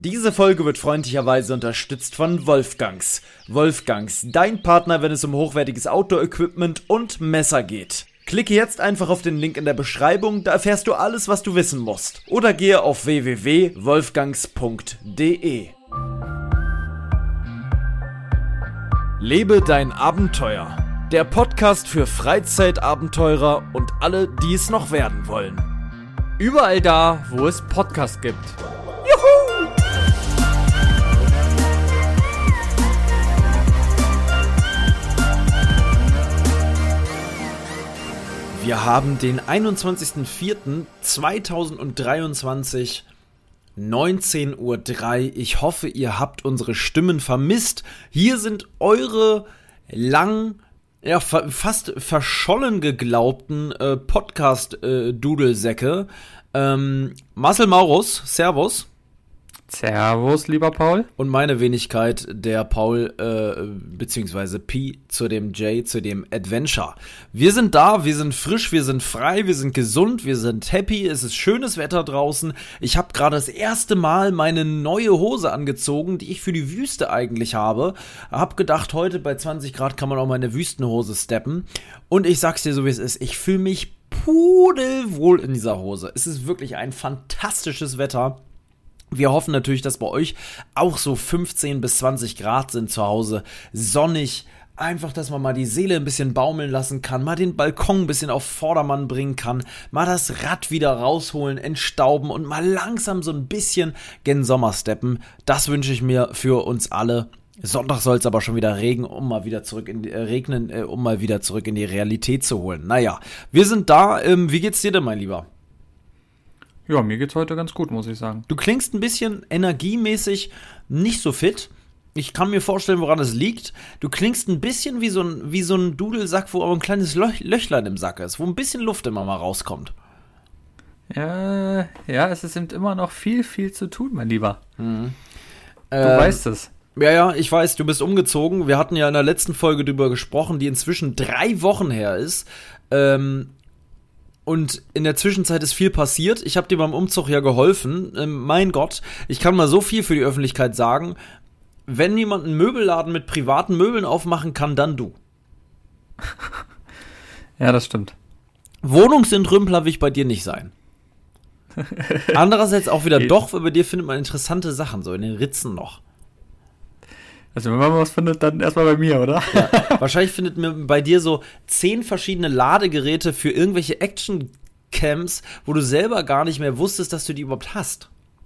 Diese Folge wird freundlicherweise unterstützt von Wolfgangs. Wolfgangs, dein Partner, wenn es um hochwertiges Outdoor-Equipment und Messer geht. Klicke jetzt einfach auf den Link in der Beschreibung, da erfährst du alles, was du wissen musst. Oder gehe auf www.wolfgangs.de. Lebe dein Abenteuer. Der Podcast für Freizeitabenteurer und alle, die es noch werden wollen. Überall da, wo es Podcasts gibt. Wir haben den 21.04.2023, 19:03 Uhr. Ich hoffe, ihr habt unsere Stimmen vermisst. Hier sind eure fast verschollen geglaubten Podcast-Dudelsäcke. Marcel Maurus, Servus. Servus, lieber Paul. Und meine Wenigkeit, der Paul, beziehungsweise P zu dem J, zu dem Adventure. Wir sind da, wir sind frisch, wir sind frei, wir sind gesund, wir sind happy, es ist schönes Wetter draußen. Ich habe gerade das erste Mal meine neue Hose angezogen, die ich für die Wüste eigentlich habe. Hab gedacht, heute bei 20 Grad kann man auch mal eine Wüstenhose steppen. Und ich sag's dir so, wie es ist, ich fühle mich pudelwohl in dieser Hose. Es ist wirklich ein fantastisches Wetter. Wir hoffen natürlich, dass bei euch auch so 15 bis 20 Grad sind zu Hause, sonnig, einfach, dass man mal die Seele ein bisschen baumeln lassen kann, mal den Balkon ein bisschen auf Vordermann bringen kann, mal das Rad wieder rausholen, entstauben und mal langsam so ein bisschen gen Sommer steppen. Das wünsche ich mir für uns alle. Sonntag soll es aber schon wieder regnen, um mal wieder zurück in die Realität zu holen. Naja, wir sind da. Wie geht's dir denn, mein Lieber? Ja, mir geht's heute ganz gut, muss ich sagen. Du klingst ein bisschen energiemäßig nicht so fit. Ich kann mir vorstellen, woran es liegt. Du klingst ein bisschen wie so ein Dudelsack, wo aber ein kleines Löchlein im Sack ist, wo ein bisschen Luft immer mal rauskommt. Ja, es ist eben immer noch viel, viel zu tun, mein Lieber. Mhm. Du weißt es. Ja, ich weiß, du bist umgezogen. Wir hatten ja in der letzten Folge drüber gesprochen, die inzwischen 3 Wochen her ist. Und in der Zwischenzeit ist viel passiert. Ich habe dir beim Umzug ja geholfen. Mein Gott, ich kann mal so viel für die Öffentlichkeit sagen. Wenn jemand einen Möbelladen mit privaten Möbeln aufmachen kann, dann du. Ja, das stimmt. Wohnungsentrümpler will ich bei dir nicht sein. Andererseits auch wieder doch, weil bei dir findet man interessante Sachen, so in den Ritzen noch. Also wenn man was findet, dann erstmal bei mir, oder? Ja, wahrscheinlich findet man bei dir so 10 verschiedene Ladegeräte für irgendwelche Action-Cams, wo du selber gar nicht mehr wusstest, dass du die überhaupt hast.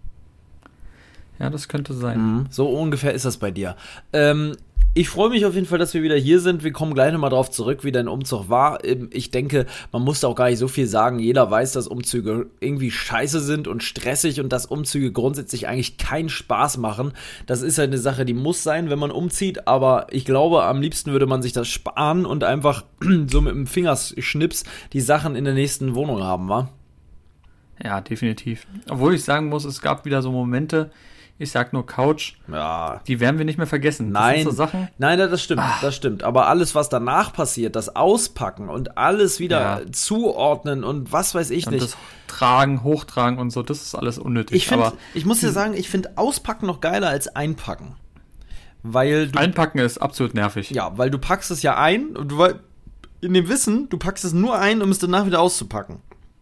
Ja, das könnte sein. So ungefähr ist das bei dir. Ich freue mich auf jeden Fall, dass wir wieder hier sind. Wir kommen gleich nochmal drauf zurück, wie dein Umzug war. Ich denke, man muss da auch gar nicht so viel sagen. Jeder weiß, dass Umzüge irgendwie scheiße sind und stressig und dass Umzüge grundsätzlich eigentlich keinen Spaß machen. Das ist halt eine Sache, die muss sein, wenn man umzieht. Aber ich glaube, am liebsten würde man sich das sparen und einfach so mit dem Fingerschnips die Sachen in der nächsten Wohnung haben, wa? Ja, definitiv. Obwohl ich sagen muss, es gab wieder so Momente, ich sag nur Couch, ja, die werden wir nicht mehr vergessen. Nein, das sind so Sachen. Nein, das stimmt. Aber alles, was danach passiert, das Auspacken und alles wieder zuordnen und was weiß ich und nicht. Das Tragen, Hochtragen und so, das ist alles unnötig. Ich muss dir sagen, ich finde Auspacken noch geiler als Einpacken. Weil Einpacken ist absolut nervig. Ja, weil du packst es ja ein und in dem Wissen, du packst es nur ein, um es danach wieder auszupacken.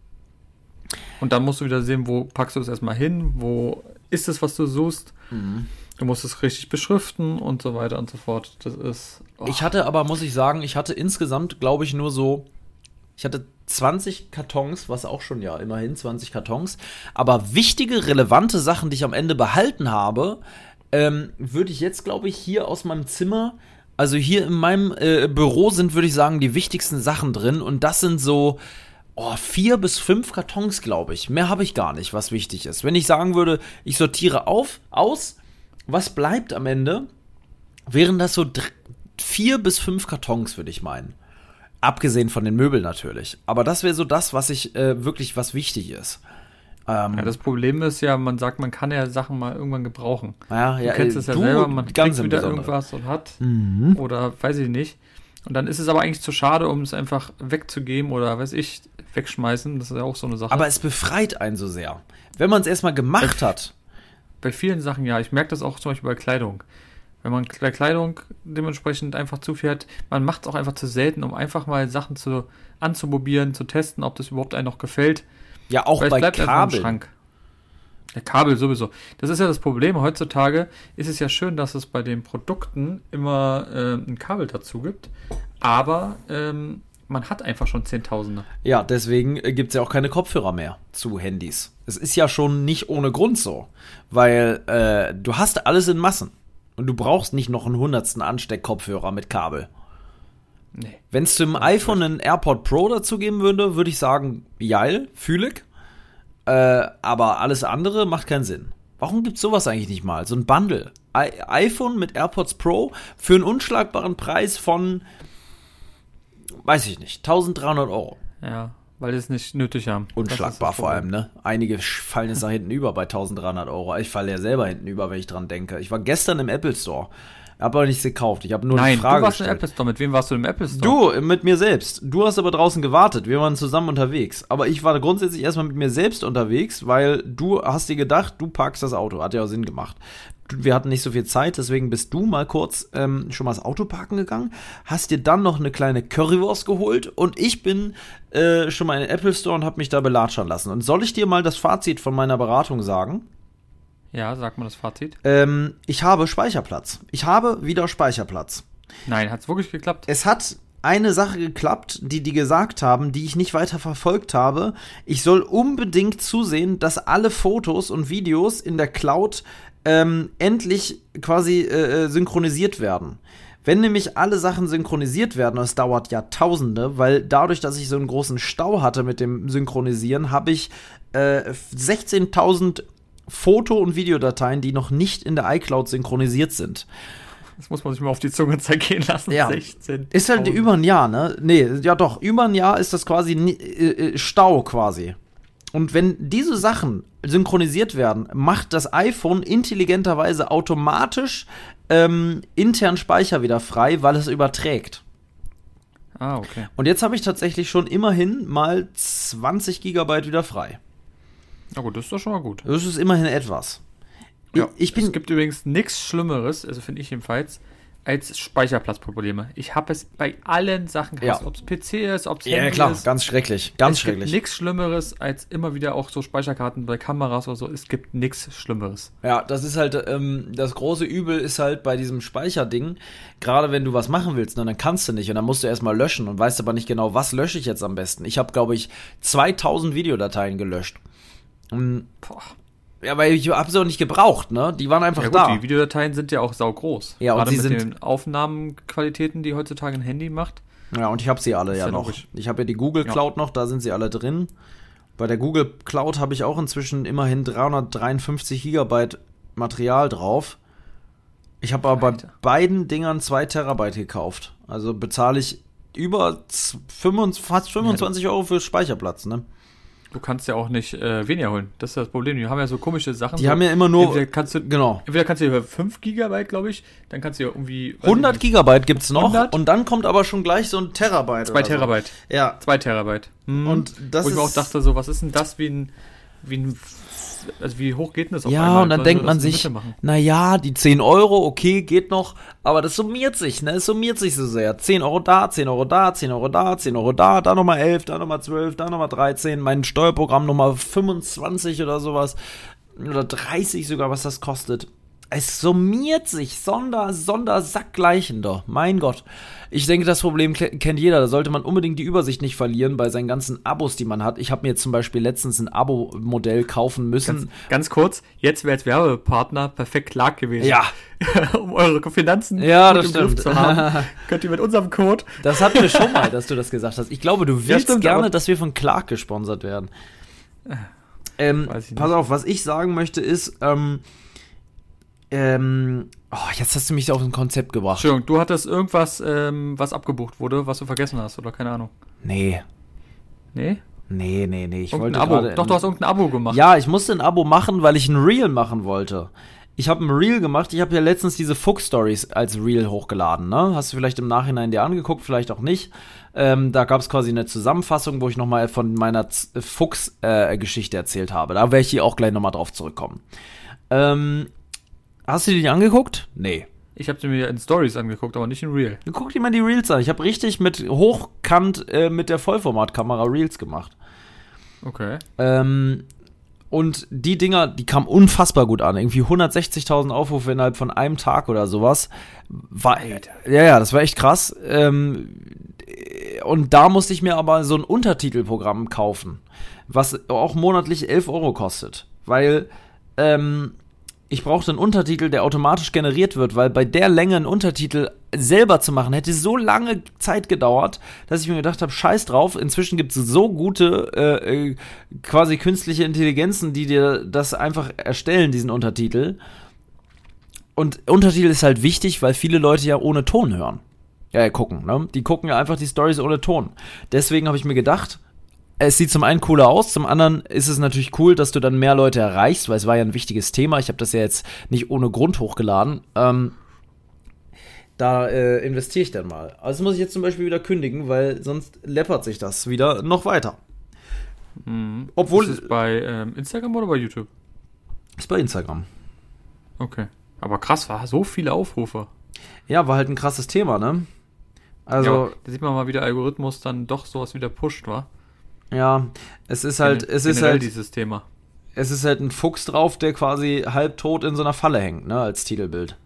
Und dann musst du wieder sehen, wo packst du es erstmal hin, wo ist es, was du suchst. Du musst es richtig beschriften und so weiter und so fort. Das ist... Ich hatte aber, muss ich sagen, insgesamt, glaube ich, ich hatte 20 Kartons, was auch schon, ja, immerhin 20 Kartons. Aber wichtige, relevante Sachen, die ich am Ende behalten habe, würde ich jetzt, glaube ich, hier aus meinem Zimmer, also hier in meinem Büro sind, würde ich sagen, die wichtigsten Sachen drin. Und das sind so 4 bis 5 Kartons, glaube ich. Mehr habe ich gar nicht, was wichtig ist. Wenn ich sagen würde, ich sortiere aus, was bleibt am Ende, wären das so 4 bis 5 Kartons, würde ich meinen. Abgesehen von den Möbeln natürlich. Aber das wäre so das, was ich wirklich, was wichtig ist. Das Problem ist ja, man sagt, man kann ja Sachen mal irgendwann gebrauchen. Ja, du kennst es ja selber, man ganz kriegt wieder irgendwas und hat. Oder weiß ich nicht. Und dann ist es aber eigentlich zu schade, um es einfach wegzugeben oder, weiß ich, wegschmeißen. Das ist ja auch so eine Sache. Aber es befreit einen so sehr. Wenn man es erstmal gemacht hat, bei vielen Sachen ja. Ich merke das auch zum Beispiel bei Kleidung. Wenn man bei Kleidung dementsprechend einfach zu viel hat, man macht es auch einfach zu selten, um einfach mal Sachen anzuprobieren, zu testen, ob das überhaupt einem noch gefällt. Ja, auch Weil bei es bleibt einfach im Kabel. Schrank. Der Kabel sowieso. Das ist ja das Problem. Heutzutage ist es ja schön, dass es bei den Produkten immer ein Kabel dazu gibt, aber man hat einfach schon Zehntausende. Ja, deswegen gibt es ja auch keine Kopfhörer mehr zu Handys. Es ist ja schon nicht ohne Grund so, weil du hast alles in Massen und du brauchst nicht noch einen 100. Ansteckkopfhörer mit Kabel. Nee. Wenn es zum iPhone einen AirPod Pro dazu geben würde, würde ich sagen, geil, fühle ich. Aber alles andere macht keinen Sinn. Warum gibt's sowas eigentlich nicht mal? So ein Bundle. iPhone mit AirPods Pro für einen unschlagbaren Preis von, weiß ich nicht, 1.300 Euro. Ja, weil die es nicht nötig haben. Unschlagbar vor allem, ne? Einige fallen jetzt nach hinten über bei 1.300 Euro. Ich falle ja selber hinten über, wenn ich dran denke. Ich war gestern im Apple Store. Hab aber nichts gekauft. Ich habe nur eine Frage du warst gestellt. im Apple Store. Mit wem warst du im Apple Store? Du, mit mir selbst. Du hast aber draußen gewartet. Wir waren zusammen unterwegs. Aber ich war grundsätzlich erstmal mit mir selbst unterwegs, weil du hast dir gedacht, du parkst das Auto. Hat ja auch Sinn gemacht. Wir hatten nicht so viel Zeit, deswegen bist du mal kurz schon mal das Auto parken gegangen, hast dir dann noch eine kleine Currywurst geholt und ich bin schon mal in den Apple Store und habe mich da belatschern lassen. Und soll ich dir mal das Fazit von meiner Beratung sagen? Ja, sag mal das Fazit. Ich habe Speicherplatz. Ich habe wieder Speicherplatz. Nein, hat's wirklich geklappt? Es hat eine Sache geklappt, die gesagt haben, die ich nicht weiter verfolgt habe. Ich soll unbedingt zusehen, dass alle Fotos und Videos in der Cloud endlich quasi synchronisiert werden. Wenn nämlich alle Sachen synchronisiert werden, und es dauert Jahrtausende, weil dadurch, dass ich so einen großen Stau hatte mit dem Synchronisieren, habe ich 16.000 Foto- und Videodateien, die noch nicht in der iCloud synchronisiert sind. Das muss man sich mal auf die Zunge zergehen lassen. Ja. 16. Ist halt über ein Jahr, ne? Nee, ja doch, über ein Jahr ist das quasi Stau quasi. Und wenn diese Sachen synchronisiert werden, macht das iPhone intelligenterweise automatisch intern Speicher wieder frei, weil es überträgt. Ah, okay. Und jetzt habe ich tatsächlich schon immerhin mal 20 Gigabyte wieder frei. Na gut, das ist doch schon mal gut. Das ist immerhin etwas. Ja, Es gibt übrigens nichts Schlimmeres, also finde ich jedenfalls, als Speicherplatzprobleme. Ich habe es bei allen Sachen gehabt, Ja. ob es PC ist, ob es Ja, Handy klar, ist. ganz schrecklich. Ganz Es schrecklich. gibt nichts Schlimmeres als immer wieder auch so Speicherkarten bei Kameras oder so. Es gibt nichts Schlimmeres. Ja, das ist halt, das große Übel ist halt bei diesem Speicherding, gerade wenn du was machen willst, ne, dann kannst du nicht und dann musst du erstmal löschen und weißt aber nicht genau, was lösche ich jetzt am besten. Ich habe, glaube ich, 2000 Videodateien gelöscht. Boah. Ja, weil ich habe sie auch nicht gebraucht, ne? Die waren einfach Ja gut, da. die Videodateien sind ja auch saugroß. Ja, und Gerade sie mit sind- den Aufnahmequalitäten, die heutzutage ein Handy macht. Ja, und ich habe sie alle Ist ja ja noch. logisch. Ich habe ja die Google Cloud noch, da sind sie alle drin. Bei der Google Cloud habe ich auch inzwischen immerhin 353 Gigabyte Material drauf. Ich habe aber Alter. bei beiden Dingern 2 Terabyte gekauft. Also bezahle ich über fast 25 Euro für Speicherplatz, ne? Du kannst ja auch nicht weniger holen. Das ist das Problem. Die haben ja so komische Sachen. Die so, haben ja immer nur, Entweder kannst du genau, hier 5 Gigabyte, glaube ich. Dann kannst du ja irgendwie... 100 Gigabyte gibt's noch 100? und dann kommt aber schon gleich so ein Terabyte 2 oder so. Terabyte. Ja, 2 Terabyte. Mhm. und das Wo ich ist... mir auch dachte, so, was ist denn das wie ein also wie hoch geht denn das auf Ja, einmal? und dann Soll denkt das man in der sich, Mitte machen? naja, die 10 Euro, okay, geht noch, aber das summiert sich, ne, es summiert sich so sehr. 10 Euro da, 10 Euro da, 10 Euro da, 10 Euro da, da nochmal 11, da nochmal 12, da nochmal 13, mein Steuerprogramm Nummer 25 oder sowas, oder 30 sogar, was das kostet. Es summiert sich, Sondersackgleichen doch, mein Gott. Ich denke, das Problem kennt jeder, da sollte man unbedingt die Übersicht nicht verlieren bei seinen ganzen Abos, die man hat. Ich habe mir jetzt zum Beispiel letztens ein Abo-Modell kaufen müssen. Ganz kurz, jetzt wäre als Werbepartner perfekt Clark gewesen. Ja. Um eure Finanzen Ja, gut das im Griff stimmt. zu haben, könnt ihr mit unserem Code... Das hatten wir schon mal, dass du das gesagt hast. Ich glaube, du willst stimmt, gerne, aber- dass wir von Clark gesponsert werden. Weiß ich Pass nicht. auf, was ich sagen möchte ist, jetzt hast du mich auf ein Konzept gebracht. Entschuldigung, du hattest irgendwas, was abgebucht wurde, was du vergessen hast, oder keine Ahnung. Nee. Nee? Ich wollte Irgendein Abo. gerade. Doch, du hast irgendein Abo gemacht. Ja, ich musste ein Abo machen, weil ich ein Reel machen wollte. Ich habe ein Reel gemacht. Ich habe ja letztens diese Fuchs-Stories als Reel hochgeladen, ne? Hast du vielleicht im Nachhinein dir angeguckt, vielleicht auch nicht. Da gab es quasi eine Zusammenfassung, wo ich nochmal von meiner Fuchs-Geschichte erzählt habe. Da werde ich hier auch gleich nochmal drauf zurückkommen. Hast du die angeguckt? Nee. Ich habe sie mir in Stories angeguckt, aber nicht in Real. Guck dir mal die Reels an. Ich habe richtig mit hochkant mit der Vollformatkamera Reels gemacht. Okay. Und die Dinger, die kamen unfassbar gut an. Irgendwie 160.000 Aufrufe innerhalb von einem Tag oder sowas. Ja, das war echt krass. Und da musste ich mir aber so ein Untertitelprogramm kaufen, was auch monatlich 11 Euro kostet. Weil ich brauchte einen Untertitel, der automatisch generiert wird, weil bei der Länge einen Untertitel selber zu machen, hätte so lange Zeit gedauert, dass ich mir gedacht habe, scheiß drauf, inzwischen gibt es so gute quasi künstliche Intelligenzen, die dir das einfach erstellen, diesen Untertitel. Und Untertitel ist halt wichtig, weil viele Leute ja ohne Ton hören. Ja, gucken, ne? Die gucken ja einfach die Storys ohne Ton. Deswegen habe ich mir gedacht, es sieht zum einen cooler aus, zum anderen ist es natürlich cool, dass du dann mehr Leute erreichst, weil es war ja ein wichtiges Thema. Ich habe das ja jetzt nicht ohne Grund hochgeladen. Da investiere ich dann mal. Also muss ich jetzt zum Beispiel wieder kündigen, weil sonst läppert sich das wieder noch weiter. Mhm. Obwohl, ist es bei Instagram oder bei YouTube? Ist bei Instagram. Okay. Aber krass, war so viele Aufrufe. Ja, war halt ein krasses Thema, ne? Also, ja, da sieht man mal, wie der Algorithmus dann doch sowas wieder pusht, wa? Ja, es ist halt dieses Thema. Es ist halt ein Fuchs drauf, der quasi halbtot in so einer Falle hängt, ne, als Titelbild.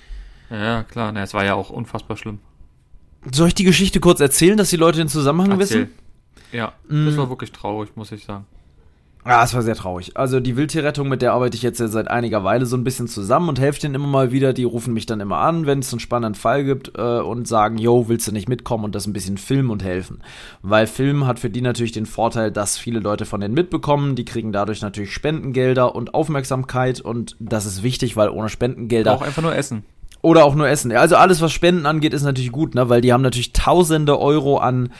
Ja, klar, es war ja auch unfassbar schlimm. Soll ich die Geschichte kurz erzählen, dass die Leute den Zusammenhang wissen? Ja, das war wirklich traurig, muss ich sagen. Ja, es war sehr traurig. Also die Wildtierrettung, mit der arbeite ich jetzt seit einiger Weile so ein bisschen zusammen und helfe denen immer mal wieder. Die rufen mich dann immer an, wenn es einen spannenden Fall gibt und sagen, yo, willst du nicht mitkommen und das ein bisschen filmen und helfen? Weil Film hat für die natürlich den Vorteil, dass viele Leute von denen mitbekommen. Die kriegen dadurch natürlich Spendengelder und Aufmerksamkeit und das ist wichtig, weil ohne Spendengelder... Auch einfach nur Essen. Oder auch nur Essen. Also alles, was Spenden angeht, ist natürlich gut, ne? Weil die haben natürlich Tausende Euro an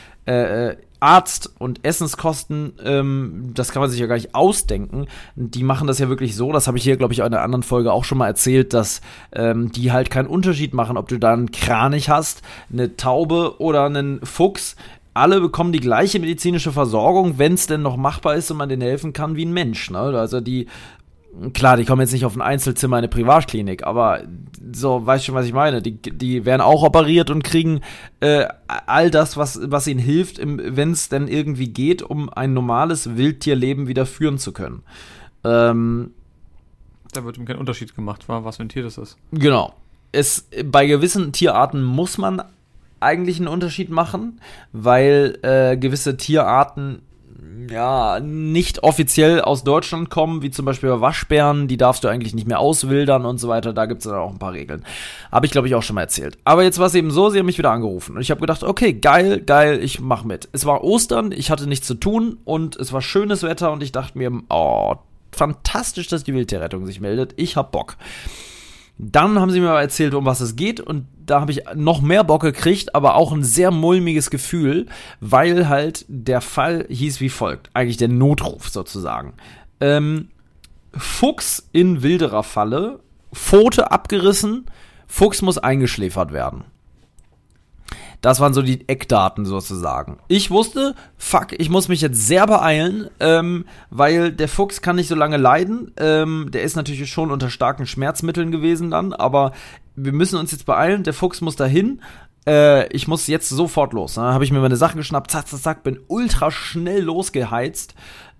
Arzt- und Essenskosten, das kann man sich ja gar nicht ausdenken. Die machen das ja wirklich so, das habe ich hier, glaube ich, in einer anderen Folge auch schon mal erzählt, dass die halt keinen Unterschied machen, ob du da einen Kranich hast, eine Taube oder einen Fuchs. Alle bekommen die gleiche medizinische Versorgung, wenn es denn noch machbar ist und man denen helfen kann wie ein Mensch, ne? Also klar, die kommen jetzt nicht auf ein Einzelzimmer in eine Privatklinik, aber so, weißt du schon, was ich meine? Die werden auch operiert und kriegen all das, was ihnen hilft, wenn es denn irgendwie geht, um ein normales Wildtierleben wieder führen zu können. Da wird ihm kein Unterschied gemacht, was für ein Tier das ist. Genau. Bei gewissen Tierarten muss man eigentlich einen Unterschied machen, weil gewisse Tierarten ja, nicht offiziell aus Deutschland kommen, wie zum Beispiel bei Waschbären, die darfst du eigentlich nicht mehr auswildern und so weiter, da gibt es dann auch ein paar Regeln. Habe ich, glaube ich, auch schon mal erzählt. Aber jetzt war es eben so, sie haben mich wieder angerufen und ich habe gedacht, okay, geil, ich mach mit. Es war Ostern, ich hatte nichts zu tun und es war schönes Wetter und ich dachte mir, oh, fantastisch, dass die Wildtierrettung sich meldet, ich hab Bock. Dann haben sie mir erzählt, um was es geht und da habe ich noch mehr Bock gekriegt, aber auch ein sehr mulmiges Gefühl, weil halt der Fall hieß wie folgt, eigentlich der Notruf sozusagen. Fuchs in Wildererfalle, Pfote abgerissen, Fuchs muss eingeschläfert werden. Das waren so die Eckdaten sozusagen. Ich wusste, fuck, ich muss mich jetzt sehr beeilen, weil der Fuchs kann nicht so lange leiden. Der ist natürlich schon unter starken Schmerzmitteln gewesen dann, aber wir müssen uns jetzt beeilen. Der Fuchs muss dahin. Ich muss jetzt sofort los. Dann habe ich mir meine Sachen geschnappt, zack, bin ultra schnell losgeheizt.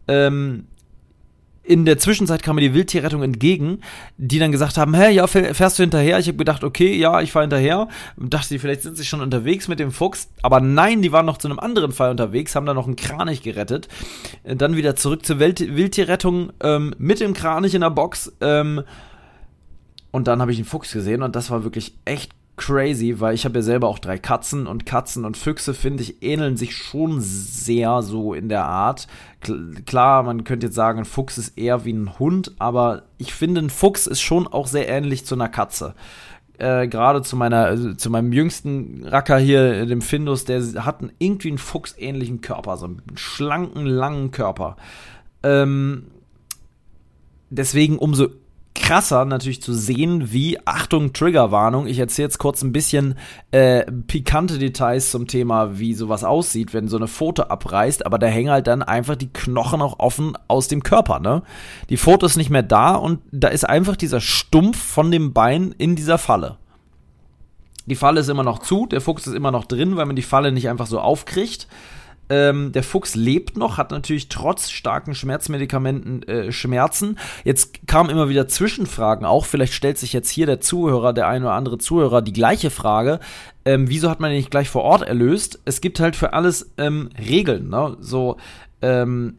In der Zwischenzeit kam mir die Wildtierrettung entgegen, die dann gesagt haben, ja, fährst du hinterher? Ich habe gedacht, okay, ja, ich fahre hinterher. Dachte, vielleicht sind sie schon unterwegs mit dem Fuchs. Aber nein, die waren noch zu einem anderen Fall unterwegs, haben da noch einen Kranich gerettet. Dann wieder zurück zur Wildtierrettung mit dem Kranich in der Box. Und dann habe ich den Fuchs gesehen und das war wirklich echt crazy, weil ich habe ja selber auch 3 Katzen und Füchse, finde ich, ähneln sich schon sehr so in der Art. Klar, man könnte jetzt sagen, ein Fuchs ist eher wie ein Hund, aber ich finde, ein Fuchs ist schon auch sehr ähnlich zu einer Katze. Gerade zu meinem jüngsten Racker hier, dem Findus, der hat irgendwie einen fuchsähnlichen Körper, so einen schlanken, langen Körper. Deswegen umso krasser natürlich zu sehen, wie, Achtung, Triggerwarnung, ich erzähle jetzt kurz ein bisschen pikante Details zum Thema, wie sowas aussieht, wenn so eine Pfote abreißt, aber da hängen halt dann einfach die Knochen auch offen aus dem Körper, ne? Die Pfote ist nicht mehr da und da ist einfach dieser Stumpf von dem Bein in dieser Falle. Die Falle ist immer noch zu, der Fuchs ist immer noch drin, weil man die Falle nicht einfach so aufkriegt. Der Fuchs lebt noch, hat natürlich trotz starken Schmerzmedikamenten Schmerzen. Jetzt kamen immer wieder Zwischenfragen auch. Vielleicht stellt sich jetzt hier der Zuhörer, der ein oder andere Zuhörer, die gleiche Frage. Wieso hat man den nicht gleich vor Ort erlöst? Es gibt halt für alles Regeln, ne? So, und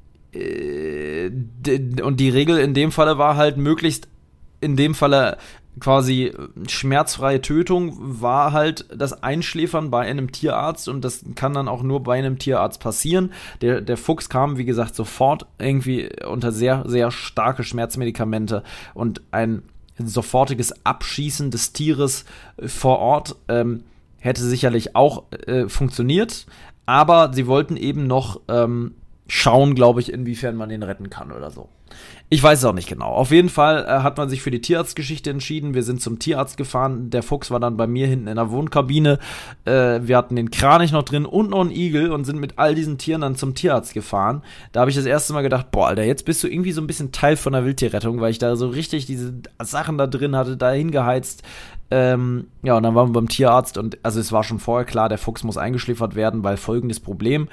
die Regel in dem Falle war halt möglichst, in dem Falle quasi schmerzfreie Tötung war halt das Einschläfern bei einem Tierarzt und das kann dann auch nur bei einem Tierarzt passieren. Der Fuchs kam, wie gesagt, sofort irgendwie unter sehr, sehr starke Schmerzmedikamente und ein sofortiges Abschießen des Tieres vor Ort hätte sicherlich auch funktioniert, aber sie wollten eben noch schauen, glaube ich, inwiefern man den retten kann oder so. Ich weiß es auch nicht genau. Auf jeden Fall hat man sich für die Tierarztgeschichte entschieden. Wir sind zum Tierarzt gefahren. Der Fuchs war dann bei mir hinten in der Wohnkabine. Wir hatten den Kranich noch drin und noch einen Igel und sind mit all diesen Tieren dann zum Tierarzt gefahren. Da habe ich das erste Mal gedacht, boah, Alter, jetzt bist du irgendwie so ein bisschen Teil von der Wildtierrettung, weil ich da so richtig diese Sachen da drin hatte, da hingeheizt. Ja, und dann waren wir beim Tierarzt und also es war schon vorher klar, der Fuchs muss eingeschläfert werden, weil folgendes Problem,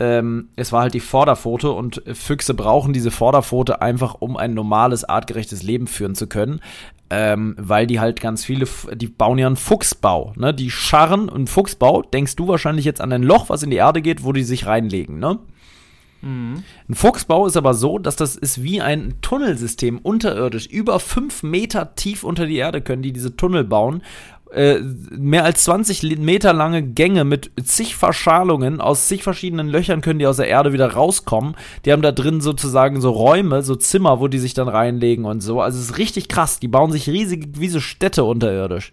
es war halt die Vorderpfote und Füchse brauchen diese Vorderpfote einfach, um ein normales, artgerechtes Leben führen zu können, weil die halt ganz viele, die bauen ja einen Fuchsbau, ne, die scharren einen Fuchsbau, denkst du wahrscheinlich jetzt an ein Loch, was in die Erde geht, wo die sich reinlegen, ne? Mhm. Ein Fuchsbau ist aber so, dass das ist wie ein Tunnelsystem unterirdisch. Über 5 Meter tief unter die Erde können die diese Tunnel bauen. Mehr als 20 Meter lange Gänge mit zig Verschalungen. Aus zig verschiedenen Löchern können die aus der Erde wieder rauskommen. Die haben da drin sozusagen so Räume, so Zimmer, wo die sich dann reinlegen und so. Also es ist richtig krass. Die bauen sich riesige, wie so Städte unterirdisch.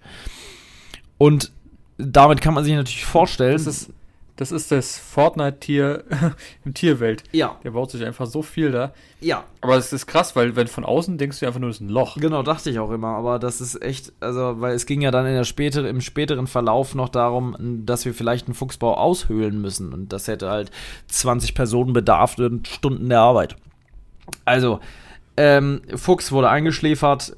Und damit kann man sich natürlich vorstellen... Das ist das Fortnite-Tier im Tierwelt. Ja. Der baut sich einfach so viel da. Ja. Aber es ist krass, weil wenn von außen denkst du einfach nur, das ist ein Loch. Genau, dachte ich auch immer. Aber das ist echt, also, weil es ging ja dann im späteren Verlauf noch darum, dass wir vielleicht einen Fuchsbau aushöhlen müssen. Und das hätte halt 20 Personen bedarf und Stunden der Arbeit. Also, Fuchs wurde eingeschläfert,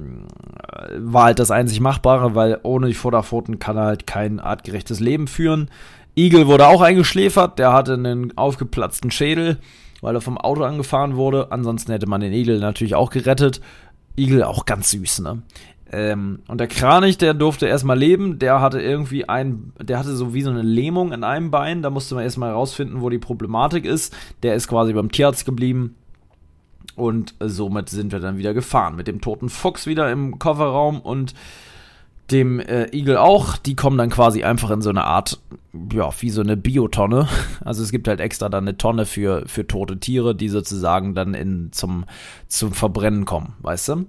war halt das einzig Machbare, weil ohne die Vorderpfoten kann er halt kein artgerechtes Leben führen. Igel wurde auch eingeschläfert, der hatte einen aufgeplatzten Schädel, weil er vom Auto angefahren wurde. Ansonsten hätte man den Igel natürlich auch gerettet. Igel auch ganz süß, ne? Und der Kranich, der durfte erstmal leben, der hatte irgendwie der hatte so wie so eine Lähmung in einem Bein, da musste man erstmal herausfinden, wo die Problematik ist. Der ist quasi beim Tierarzt geblieben. Und somit sind wir dann wieder gefahren. Mit dem toten Fuchs wieder im Kofferraum und dem Igel auch. Die kommen dann quasi einfach in so eine Art, ja, wie so eine Biotonne. Also es gibt halt extra dann eine Tonne für tote Tiere, die sozusagen dann zum Verbrennen kommen, weißt du?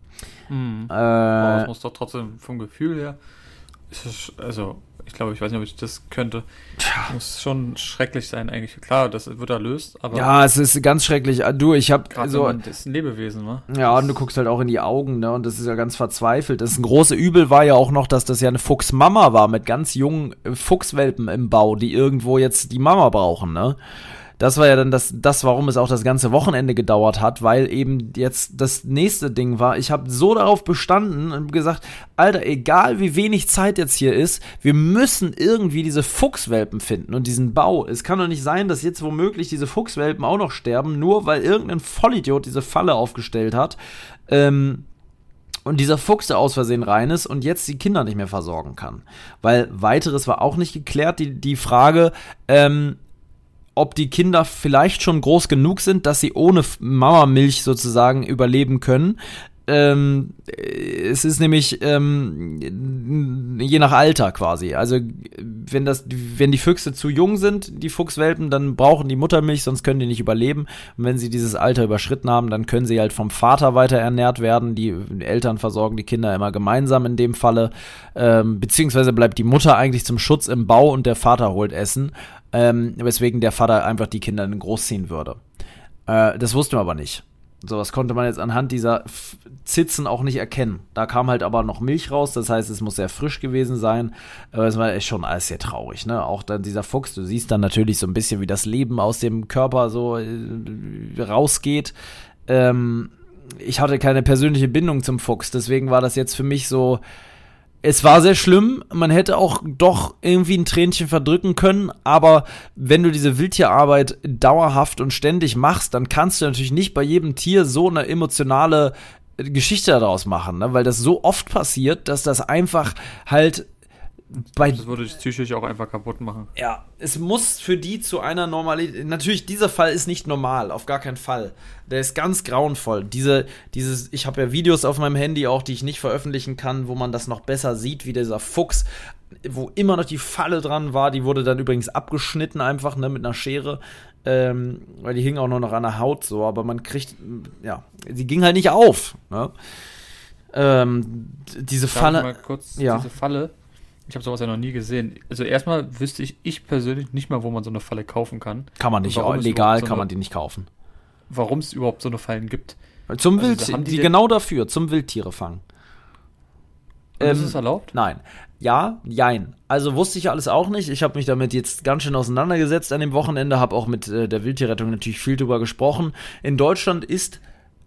Aber es muss doch trotzdem vom Gefühl her, also ich glaube, ich weiß nicht, ob ich das könnte. Muss schon schrecklich sein eigentlich. Klar, das wird erlöst, aber... Ja, es ist ganz schrecklich. Du, ich habe so... Das ist ein Lebewesen, ne? Ja, und du guckst halt auch in die Augen, ne? Und das ist ja ganz verzweifelt. Das große Übel war ja auch noch, dass das ja eine Fuchsmama war mit ganz jungen Fuchswelpen im Bau, die irgendwo jetzt die Mama brauchen, ne? Das war ja dann das, warum es auch das ganze Wochenende gedauert hat, weil eben jetzt das nächste Ding war, ich habe so darauf bestanden und gesagt, Alter, egal wie wenig Zeit jetzt hier ist, wir müssen irgendwie diese Fuchswelpen finden und diesen Bau. Es kann doch nicht sein, dass jetzt womöglich diese Fuchswelpen auch noch sterben, nur weil irgendein Vollidiot diese Falle aufgestellt hat, und dieser Fuchs, der aus Versehen rein ist und jetzt die Kinder nicht mehr versorgen kann. Weil weiteres war auch nicht geklärt, die Frage, ob die Kinder vielleicht schon groß genug sind, dass sie ohne Mamamilch sozusagen überleben können. Es ist nämlich je nach Alter quasi. Also wenn die Füchse zu jung sind, die Fuchswelpen, dann brauchen die Muttermilch, sonst können die nicht überleben. Und wenn sie dieses Alter überschritten haben, dann können sie halt vom Vater weiter ernährt werden. Die Eltern versorgen die Kinder immer gemeinsam in dem Falle. Beziehungsweise bleibt die Mutter eigentlich zum Schutz im Bau und der Vater holt Essen. Weswegen der Vater einfach die Kinder großziehen würde. Das wussten wir aber nicht. Sowas konnte man jetzt anhand dieser Zitzen auch nicht erkennen. Da kam halt aber noch Milch raus, das heißt, es muss sehr frisch gewesen sein. Aber es war echt schon alles sehr traurig, ne? Auch dann dieser Fuchs, du siehst dann natürlich so ein bisschen, wie das Leben aus dem Körper so rausgeht. Ich hatte keine persönliche Bindung zum Fuchs, deswegen war das jetzt für mich so. Es war sehr schlimm, man hätte auch doch irgendwie ein Tränchen verdrücken können, aber wenn du diese Wildtierarbeit dauerhaft und ständig machst, dann kannst du natürlich nicht bei jedem Tier so eine emotionale Geschichte daraus machen, ne? Weil das so oft passiert, dass das einfach halt das würde dich psychisch auch einfach kaputt machen. Ja, es muss für die zu einer Normalität. Natürlich, dieser Fall ist nicht normal, auf gar keinen Fall. Der ist ganz grauenvoll. Ich habe ja Videos auf meinem Handy auch, die ich nicht veröffentlichen kann, wo man das noch besser sieht, wie dieser Fuchs, wo immer noch die Falle dran war. Die wurde dann übrigens abgeschnitten einfach, ne, mit einer Schere. Weil die hing auch nur noch an der Haut so, aber man kriegt, ja, sie ging halt nicht auf. Ne? Diese Falle. Mal kurz, diese Falle. Ich habe sowas ja noch nie gesehen. Also erstmal wüsste ich persönlich nicht mal, wo man so eine Falle kaufen kann. Kann man nicht, legal kann man die nicht kaufen. Warum es überhaupt so eine Fallen gibt. Zum genau dafür, zum Wildtiere fangen. Ist es erlaubt? Nein. Ja, jein. Also wusste ich alles auch nicht. Ich habe mich damit jetzt ganz schön auseinandergesetzt an dem Wochenende, habe auch mit der Wildtierrettung natürlich viel drüber gesprochen. In Deutschland ist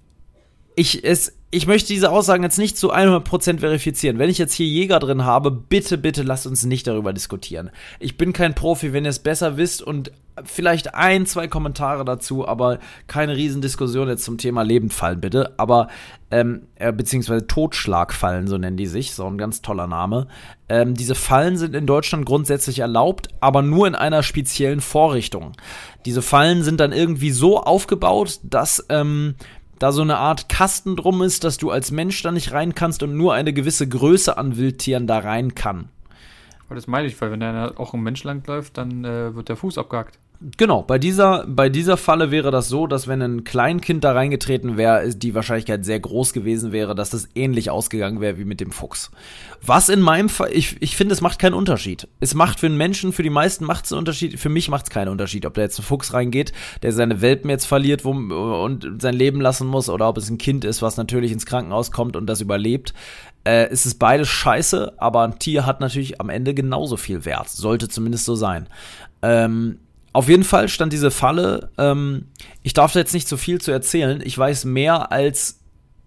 ich möchte diese Aussagen jetzt nicht zu 100% verifizieren. Wenn ich jetzt hier Jäger drin habe, bitte, bitte lasst uns nicht darüber diskutieren. Ich bin kein Profi, wenn ihr es besser wisst und vielleicht 1, 2 Kommentare dazu, aber keine Riesendiskussion jetzt zum Thema Lebendfallen, bitte. Aber, beziehungsweise Totschlagfallen, so nennen die sich, so ein ganz toller Name. Diese Fallen sind in Deutschland grundsätzlich erlaubt, aber nur in einer speziellen Vorrichtung. Diese Fallen sind dann irgendwie so aufgebaut, dass, da so eine Art Kasten drum ist, dass du als Mensch da nicht rein kannst und nur eine gewisse Größe an Wildtieren da rein kann. Aber das meine ich, weil wenn da auch ein Mensch langläuft, dann wird der Fuß abgehackt. Genau, bei dieser Falle wäre das so, dass wenn ein Kleinkind da reingetreten wäre, die Wahrscheinlichkeit sehr groß gewesen wäre, dass das ähnlich ausgegangen wäre wie mit dem Fuchs. Was in meinem Fall, ich finde, es macht keinen Unterschied. Es macht für einen Menschen, für die meisten macht es einen Unterschied, für mich macht es keinen Unterschied, ob da jetzt ein Fuchs reingeht, der seine Welpen jetzt verliert und sein Leben lassen muss, oder ob es ein Kind ist, was natürlich ins Krankenhaus kommt und das überlebt. Es ist beides scheiße, aber ein Tier hat natürlich am Ende genauso viel Wert. Sollte zumindest so sein. Auf jeden Fall stand diese Falle, ich darf da jetzt nicht so viel zu erzählen, ich weiß mehr als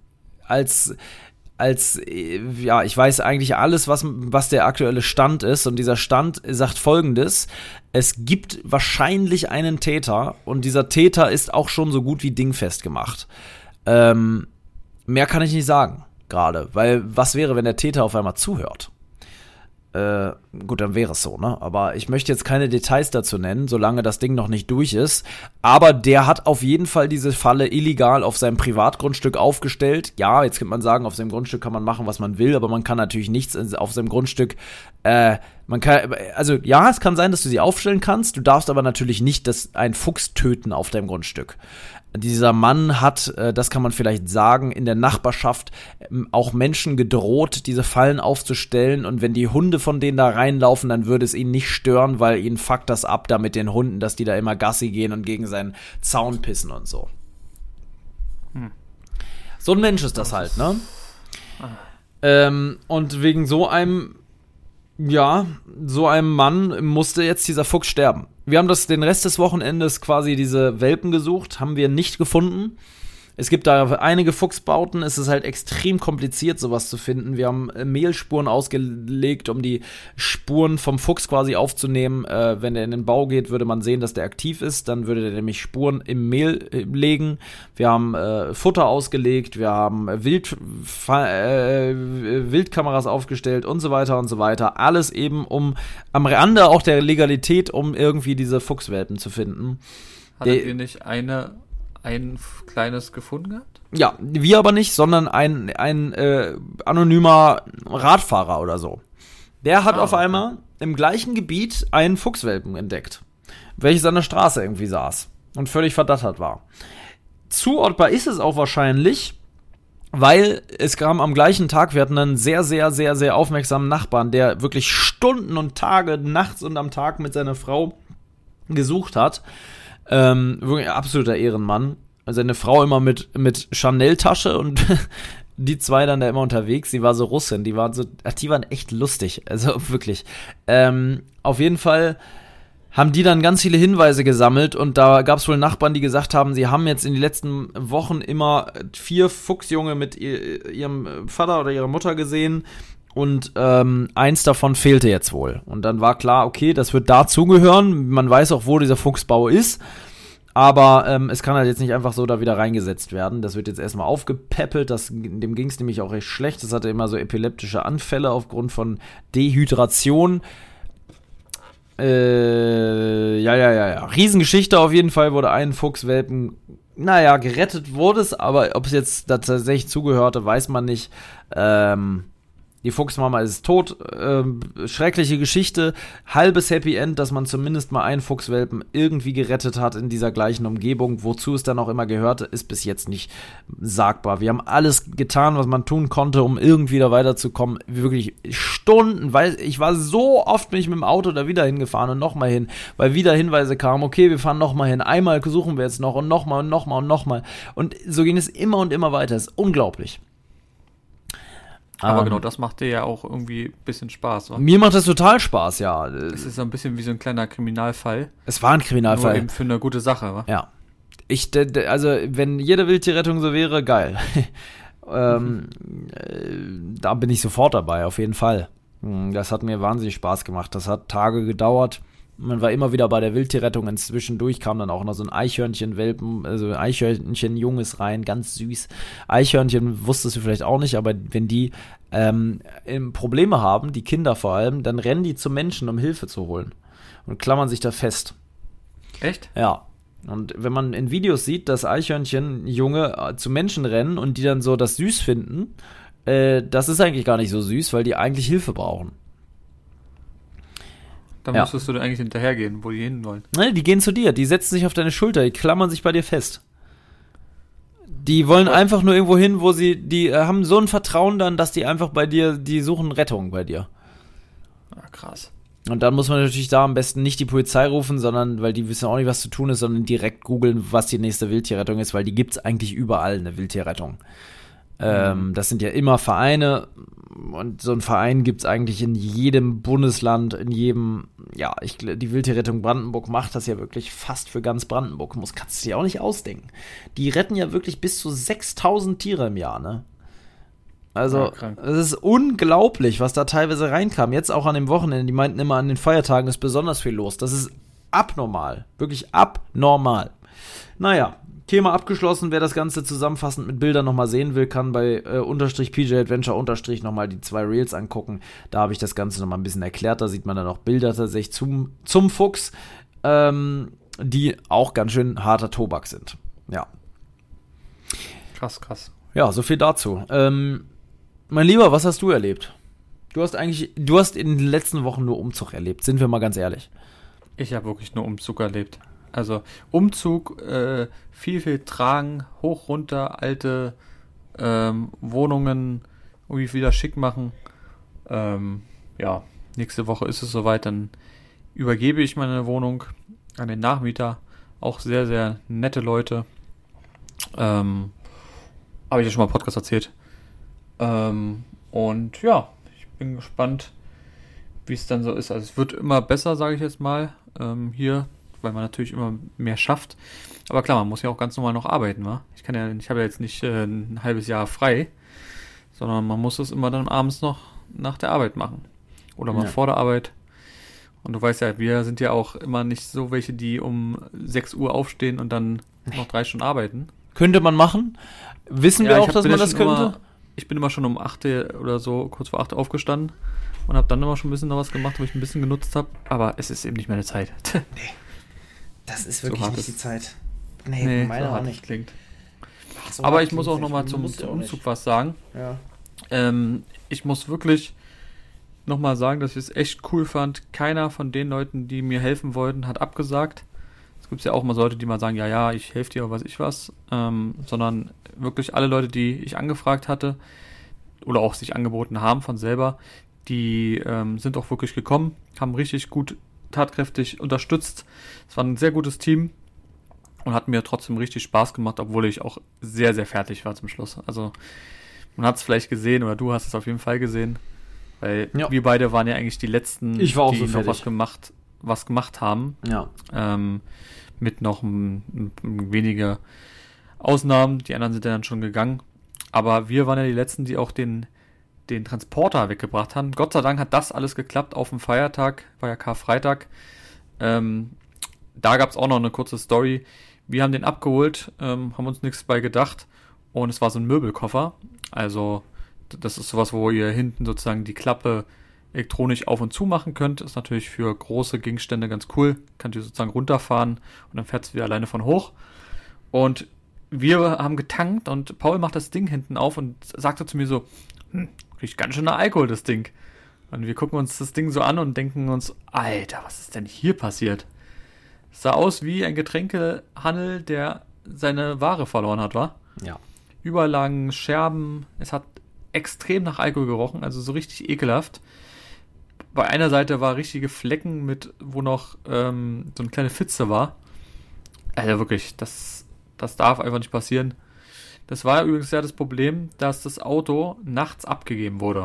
ich weiß eigentlich alles, was der aktuelle Stand ist, und dieser Stand sagt Folgendes: Es gibt wahrscheinlich einen Täter und dieser Täter ist auch schon so gut wie dingfest gemacht. Mehr kann ich nicht sagen, gerade, weil was wäre, wenn der Täter auf einmal zuhört? Gut, dann wäre es so, ne? Aber ich möchte jetzt keine Details dazu nennen, solange das Ding noch nicht durch ist. Aber der hat auf jeden Fall diese Falle illegal auf seinem Privatgrundstück aufgestellt. Ja, jetzt könnte man sagen, auf seinem Grundstück kann man machen, was man will, aber man kann natürlich nichts auf seinem Grundstück, es kann sein, dass du sie aufstellen kannst, du darfst aber natürlich nicht einen Fuchs töten auf deinem Grundstück. Dieser Mann hat, das kann man vielleicht sagen, in der Nachbarschaft auch Menschen gedroht, diese Fallen aufzustellen, und wenn die Hunde von denen da reinlaufen, dann würde es ihn nicht stören, weil ihn fuckt das ab da mit den Hunden, dass die da immer Gassi gehen und gegen seinen Zaun pissen und so. So ein Mensch ist das halt, ne? Und wegen so einem Mann musste jetzt dieser Fuchs sterben. Wir haben den Rest des Wochenendes quasi diese Welpen gesucht, haben wir nicht gefunden. Es gibt da einige Fuchsbauten, es ist halt extrem kompliziert, sowas zu finden. Wir haben Mehlspuren ausgelegt, um die Spuren vom Fuchs quasi aufzunehmen. Wenn er in den Bau geht, würde man sehen, dass der aktiv ist. Dann würde der nämlich Spuren im Mehl legen. Wir haben Futter ausgelegt, wir haben Wildkameras aufgestellt und so weiter und so weiter. Alles eben am Rande auch der Legalität, um irgendwie diese Fuchswelpen zu finden. Hattet ihr nicht ein kleines gefunden gehabt? Ja, wir aber nicht, sondern ein anonymer Radfahrer oder so. Der hat auf einmal im gleichen Gebiet einen Fuchswelpen entdeckt, welches an der Straße irgendwie saß und völlig verdattert war. Zuortbar ist es auch wahrscheinlich, weil es kam am gleichen Tag, wir hatten einen sehr, sehr, sehr, sehr aufmerksamen Nachbarn, der wirklich Stunden und Tage, nachts und am Tag mit seiner Frau gesucht hat. Wirklich ein absoluter Ehrenmann. seine Frau immer mit Chanel-Tasche und die zwei dann da immer unterwegs. Die war so Russin, die waren echt lustig, also wirklich. Auf jeden Fall haben die dann ganz viele Hinweise gesammelt und da gab es wohl Nachbarn, die gesagt haben, sie haben jetzt in den letzten Wochen immer 4 Fuchsjunge mit ihrem Vater oder ihrer Mutter gesehen und eins davon fehlte jetzt wohl. Und dann war klar, okay, das wird dazugehören, man weiß auch, wo dieser Fuchsbau ist, aber es kann halt jetzt nicht einfach so da wieder reingesetzt werden. Das wird jetzt erstmal aufgepäppelt, dem ging es nämlich auch recht schlecht, das hatte immer so epileptische Anfälle aufgrund von Dehydration. Ja. Riesengeschichte auf jeden Fall, wurde ein Fuchswelpen, gerettet wurde es, aber ob es jetzt tatsächlich zugehörte, weiß man nicht. Die Fuchsmama ist tot, schreckliche Geschichte, halbes Happy End, dass man zumindest mal einen Fuchswelpen irgendwie gerettet hat in dieser gleichen Umgebung. Wozu es dann auch immer gehörte, ist bis jetzt nicht sagbar. Wir haben alles getan, was man tun konnte, um irgendwie da weiterzukommen. Wirklich Stunden, weil ich war so oft mit dem Auto da wieder hingefahren und nochmal hin, weil wieder Hinweise kamen, okay, wir fahren nochmal hin, einmal suchen wir jetzt noch und nochmal und nochmal und nochmal. Und so ging es immer und immer weiter. Das ist unglaublich. Aber genau, das macht dir ja auch irgendwie ein bisschen Spaß, oder? Mir macht das total Spaß, ja. Es ist so ein bisschen wie so ein kleiner Kriminalfall. Es war ein Kriminalfall. Nur eben für eine gute Sache, wa? Ja. Also, wenn jede Wildtierrettung so wäre, geil. Da bin ich sofort dabei, auf jeden Fall. Das hat mir wahnsinnig Spaß gemacht. Das hat Tage gedauert. Man war immer wieder bei der Wildtierrettung. Inzwischendurch kam dann auch noch so ein Eichhörnchen-Welpen, also ein Eichhörnchen-Junges rein, ganz süß. Eichhörnchen wusstest du vielleicht auch nicht, aber wenn die Probleme haben, die Kinder vor allem, dann rennen die zu Menschen, um Hilfe zu holen und klammern sich da fest. Echt? Ja. Und wenn man in Videos sieht, dass Eichhörnchen-Junge zu Menschen rennen und die dann so das süß finden, das ist eigentlich gar nicht so süß, weil die eigentlich Hilfe brauchen. Dann müsstest du eigentlich hinterhergehen, wo die hin wollen. Ne, die gehen zu dir, die setzen sich auf deine Schulter, die klammern sich bei dir fest. Die wollen einfach nur irgendwo hin, die haben so ein Vertrauen dann, dass die einfach bei dir, die suchen Rettung bei dir. Ah, krass. Und dann muss man natürlich da am besten nicht die Polizei rufen, sondern, weil die wissen auch nicht, was zu tun ist, sondern direkt googeln, was die nächste Wildtierrettung ist, weil die gibt's eigentlich überall, eine Wildtierrettung. Das sind ja immer Vereine und so ein Verein gibt's eigentlich in jedem Bundesland, in jedem, die Wildtierrettung Brandenburg macht das ja wirklich fast für ganz Brandenburg. Kannst du dir auch nicht ausdenken. Die retten ja wirklich bis zu 6.000 Tiere im Jahr, ne? Also, es ist unglaublich, was da teilweise reinkam. Jetzt auch an dem Wochenende, die meinten immer, an den Feiertagen ist besonders viel los. Das ist abnormal. Wirklich abnormal. Naja, Thema abgeschlossen. Wer das Ganze zusammenfassend mit Bildern nochmal sehen will, kann bei _PJ Adventure _ nochmal die 2 Reels angucken. Da habe ich das Ganze nochmal ein bisschen erklärt. Da sieht man dann auch Bilder tatsächlich zum Fuchs, die auch ganz schön harter Tobak sind. Ja. Krass. Ja, so viel dazu. Mein Lieber, was hast du erlebt? Du hast in den letzten Wochen nur Umzug erlebt, sind wir mal ganz ehrlich. Ich habe wirklich nur Umzug erlebt. Also Umzug, viel tragen, hoch, runter, alte Wohnungen irgendwie wieder schick machen. Nächste Woche ist es soweit, dann übergebe ich meine Wohnung an den Nachmieter. Auch sehr, sehr nette Leute. Habe ich ja schon mal im Podcast erzählt. Und ja, ich bin gespannt, wie es dann so ist. Also es wird immer besser, sage ich jetzt mal, hier, weil man natürlich immer mehr schafft. Aber klar, man muss ja auch ganz normal noch arbeiten, wa? Ich habe ja jetzt nicht ein halbes Jahr frei, sondern man muss es immer dann abends noch nach der Arbeit machen. Oder mal vor der Arbeit. Und du weißt ja, wir sind ja auch immer nicht so welche, die um 6 Uhr aufstehen und dann noch 3 Stunden arbeiten. Könnte man machen. Wissen wir auch, dass man das könnte? Ich bin immer schon um 8 oder so, kurz vor 8 aufgestanden und habe dann immer schon ein bisschen noch was gemacht, wo ich ein bisschen genutzt habe. Aber es ist eben nicht meine Zeit. Nee, das ist wirklich so nicht die Zeit. Nee, meine so auch nicht. Klingt. So aber ich muss auch nochmal zum Umzug was sagen. Ja. Ich muss wirklich nochmal sagen, dass ich es echt cool fand. Keiner von den Leuten, die mir helfen wollten, hat abgesagt. Es gibt ja auch mal Leute, die mal sagen, ja, ich helfe dir oder weiß ich was. Sondern wirklich alle Leute, die ich angefragt hatte oder auch sich angeboten haben von selber, die sind auch wirklich gekommen, haben richtig gut tatkräftig unterstützt. Es war ein sehr gutes Team und hat mir trotzdem richtig Spaß gemacht, obwohl ich auch sehr, sehr fertig war zum Schluss. Also man hat es vielleicht gesehen oder du hast es auf jeden Fall gesehen, weil wir beide waren ja eigentlich die Letzten, die noch was gemacht haben. Ja. Mit noch wenige Ausnahmen, die anderen sind ja dann schon gegangen. Aber wir waren ja die Letzten, die auch den Transporter weggebracht haben. Gott sei Dank hat das alles geklappt auf dem Feiertag, war ja Karfreitag. Da gab es auch noch eine kurze Story. Wir haben den abgeholt, haben uns nichts bei gedacht und es war so ein Möbelkoffer. Also das ist sowas, wo ihr hinten sozusagen die Klappe elektronisch auf und zu machen könnt. Ist natürlich für große Gegenstände ganz cool. Könnt ihr sozusagen runterfahren und dann fährt es wieder alleine von hoch. Und wir haben getankt und Paul macht das Ding hinten auf und sagte zu mir so, riecht ganz schön nach Alkohol, das Ding. Und wir gucken uns das Ding so an und denken uns, Alter, was ist denn hier passiert? Es sah aus wie ein Getränkehandel, der seine Ware verloren hat, wa? Ja. Überall lagen Scherben, es hat extrem nach Alkohol gerochen, also so richtig ekelhaft. Bei einer Seite war richtige Flecken wo noch so eine kleine Pfütze war. Also wirklich, das darf einfach nicht passieren. Das war übrigens ja das Problem, dass das Auto nachts abgegeben wurde.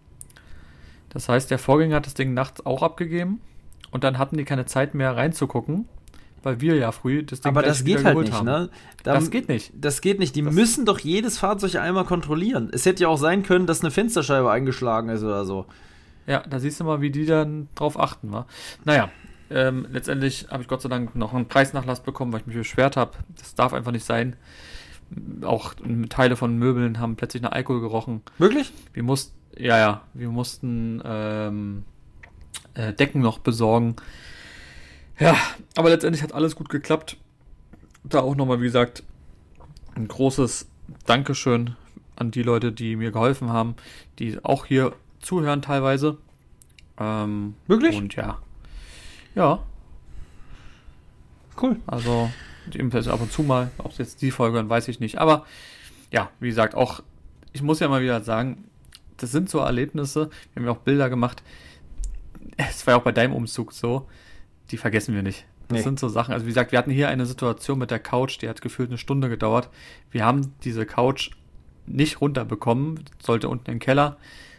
Das heißt, der Vorgänger hat das Ding nachts auch abgegeben und dann hatten die keine Zeit mehr reinzugucken, weil wir ja früh das Ding aber das geht halt nicht, haben. Ne? Das geht nicht. Das geht nicht. Die müssen doch jedes Fahrzeug einmal kontrollieren. Es hätte ja auch sein können, dass eine Fensterscheibe eingeschlagen ist oder so. Ja, da siehst du mal, wie die dann drauf achten, wa? Naja, letztendlich habe ich Gott sei Dank noch einen Preisnachlass bekommen, weil ich mich beschwert habe. Das darf einfach nicht sein. Auch Teile von Möbeln haben plötzlich nach Alkohol gerochen. Wirklich? Wir mussten Decken noch besorgen. Ja, aber letztendlich hat alles gut geklappt. Da auch nochmal, wie gesagt, ein großes Dankeschön an die Leute, die mir geholfen haben, die auch hier zuhören teilweise. Wirklich? Und ja. Ja. Cool. Also, ebenfalls ab und zu mal, ob es jetzt die Folge, dann weiß ich nicht. Aber ja, wie gesagt, auch, ich muss ja mal wieder sagen, das sind so Erlebnisse, wir haben ja auch Bilder gemacht. Es war ja auch bei deinem Umzug so, die vergessen wir nicht. Das sind so Sachen, also wie gesagt, wir hatten hier eine Situation mit der Couch, die hat gefühlt eine Stunde gedauert. Wir haben diese Couch nicht runterbekommen, sollte unten im Keller.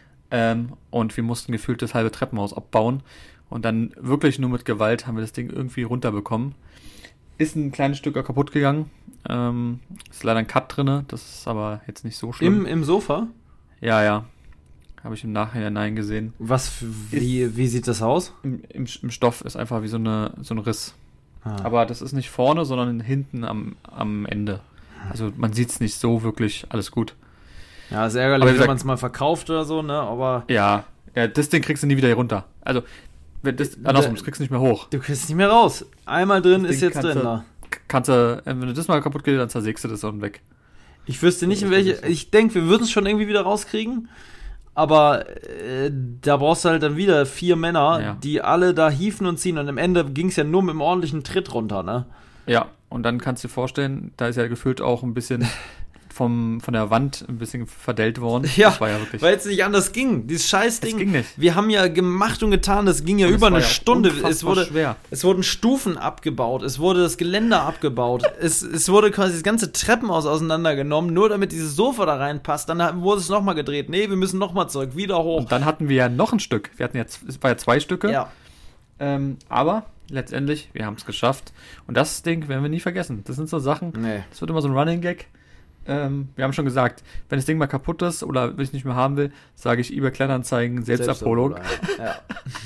Und wir mussten gefühlt das halbe Treppenhaus abbauen. Und dann wirklich nur mit Gewalt haben wir das Ding irgendwie runterbekommen. Ist ein kleines Stück kaputt gegangen. Ist leider ein Cut drin, das ist aber jetzt nicht so schlimm. Im Sofa? Ja. Habe ich im Nachhinein gesehen. Wie sieht das aus? Im Stoff ist einfach wie so ein Riss. Aber das ist nicht vorne, sondern hinten am Ende. Also man sieht es nicht so wirklich, alles gut. Ja, ist ärgerlich, wenn man es mal verkauft oder so, ne? Aber ja, das Ding kriegst du nie wieder hier runter. Also, das kriegst du nicht mehr hoch. Du kriegst es nicht mehr raus. Einmal drin ist jetzt drin. Wenn du das mal kaputt geht, dann zersägst du das und weg. Ich wüsste nicht, in welche. Ich denke, wir würden es schon irgendwie wieder rauskriegen. Aber da brauchst du halt dann wieder 4 Männer, die alle da hieven und ziehen. Und am Ende ging es ja nur mit einem ordentlichen Tritt runter, ne? Ja, und dann kannst du dir vorstellen, da ist ja gefühlt auch ein bisschen von der Wand ein bisschen verdellt worden. Ja, das war ja wirklich, weil es nicht anders ging. Dieses Scheißding. Es ging nicht. Wir haben ja gemacht und getan, das ging ja über eine Stunde. Es wurden Stufen abgebaut, es wurde das Geländer abgebaut, es wurde quasi das ganze Treppenhaus auseinandergenommen, nur damit dieses Sofa da reinpasst. Dann wurde es nochmal gedreht. Nee, wir müssen nochmal zurück, wieder hoch. Und dann hatten wir ja noch ein Stück. Es war ja 2 Stücke. Ja. Aber letztendlich, wir haben es geschafft. Und das Ding werden wir nie vergessen. Das sind so Sachen, das wird immer so ein Running Gag. Wir haben schon gesagt, wenn das Ding mal kaputt ist oder wenn ich nicht mehr haben will, sage ich eBay Kleinanzeigen, Selbstabholung. Ja.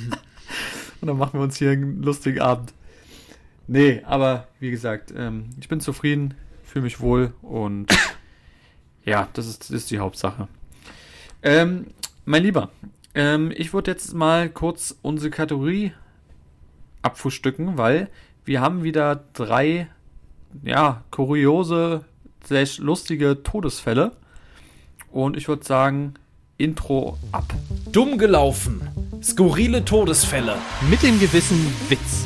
Und dann machen wir uns hier einen lustigen Abend. Nee, aber wie gesagt, ich bin zufrieden, fühle mich wohl und ja, das ist die Hauptsache. Mein Lieber, ich würde jetzt mal kurz unsere Kategorie abfrühstücken, weil wir haben wieder 3 kuriose lustige Todesfälle. Und ich würde sagen, Intro ab. Dumm gelaufen. Skurrile Todesfälle. Mit dem gewissen Witz.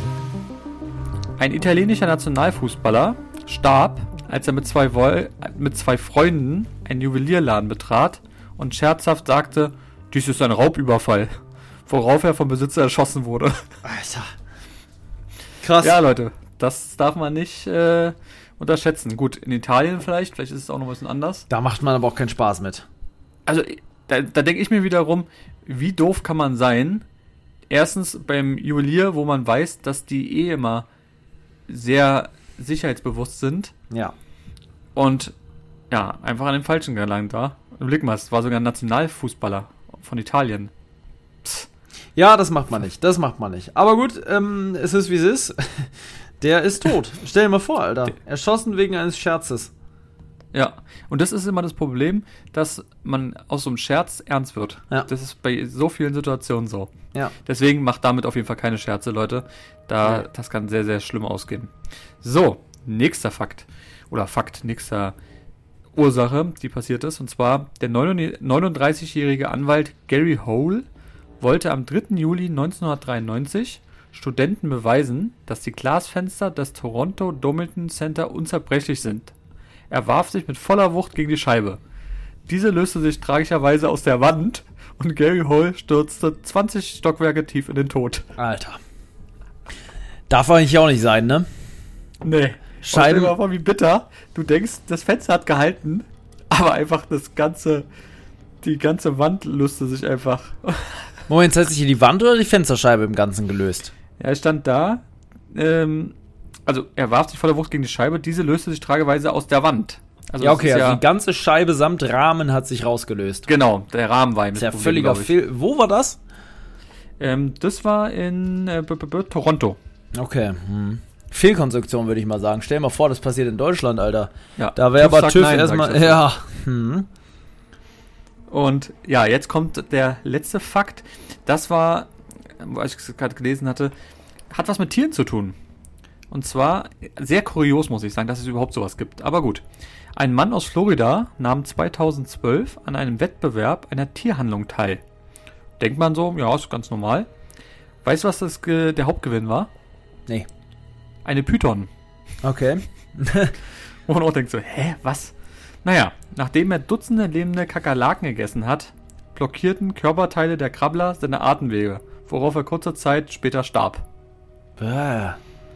Ein italienischer Nationalfußballer starb, als er mit zwei Freunden einen Juwelierladen betrat und scherzhaft sagte, dies ist ein Raubüberfall. Worauf er vom Besitzer erschossen wurde. Alter. Krass. Ja, Leute. Das darf man nicht unterschätzen. Gut, in Italien vielleicht ist es auch noch ein bisschen anders. Da macht man aber auch keinen Spaß mit. Also, da denke ich mir wiederum, wie doof kann man sein? Erstens beim Juwelier, wo man weiß, dass die immer sehr sicherheitsbewusst sind. Ja. Und ja, einfach an den Falschen gelangt war. Überleg mal, es war sogar ein Nationalfußballer von Italien. Psst. Ja, das macht man nicht. Aber gut, es ist wie es ist. Der ist tot. Stell dir mal vor, Alter. Erschossen wegen eines Scherzes. Ja, und das ist immer das Problem, dass man aus so einem Scherz ernst wird. Ja. Das ist bei so vielen Situationen so. Ja. Deswegen macht damit auf jeden Fall keine Scherze, Leute. Das kann sehr, sehr schlimm ausgehen. So, nächster Fakt. Oder nächster Ursache, die passiert ist. Und zwar, der 39-jährige Anwalt Gary Hole wollte am 3. Juli 1993 Studenten beweisen, dass die Glasfenster des Toronto Dominion Center unzerbrechlich sind. Er warf sich mit voller Wucht gegen die Scheibe. Diese löste sich tragischerweise aus der Wand und Gary Hole stürzte 20 Stockwerke tief in den Tod. Alter. Darf eigentlich auch nicht sein, ne? Nee. Stell dir mal vor, wie bitter. Du denkst, das Fenster hat gehalten, aber einfach die ganze Wand löste sich einfach. Moment, hat sich hier die Wand oder die Fensterscheibe im Ganzen gelöst? Ja, er stand da, also er warf sich voller Wucht gegen die Scheibe, diese löste sich trageweise aus der Wand. Also ja, okay, also die ganze Scheibe samt Rahmen hat sich rausgelöst. Genau, der Rahmen war ihm das ist ja völliger Fehl. Wo war das? Das war in Toronto. Okay, Fehlkonstruktion, würde ich mal sagen. Stell dir mal vor, das passiert in Deutschland, Alter. Ja, da wäre aber TÜV erstmal, ja. Und ja, jetzt kommt der letzte Fakt. Das war, was ich gerade gelesen hatte, hat was mit Tieren zu tun. Und zwar, sehr kurios muss ich sagen, dass es überhaupt sowas gibt. Aber gut. Ein Mann aus Florida nahm 2012 an einem Wettbewerb einer Tierhandlung teil. Denkt man so, ja, ist ganz normal. Weißt du, was der Hauptgewinn war? Nee. Eine Python. Okay. Wo man auch denkt so, was? Naja, nachdem er Dutzende lebende Kakerlaken gegessen hat, blockierten Körperteile der Krabbler seine Atemwege, worauf er kurze Zeit später starb. Bäh.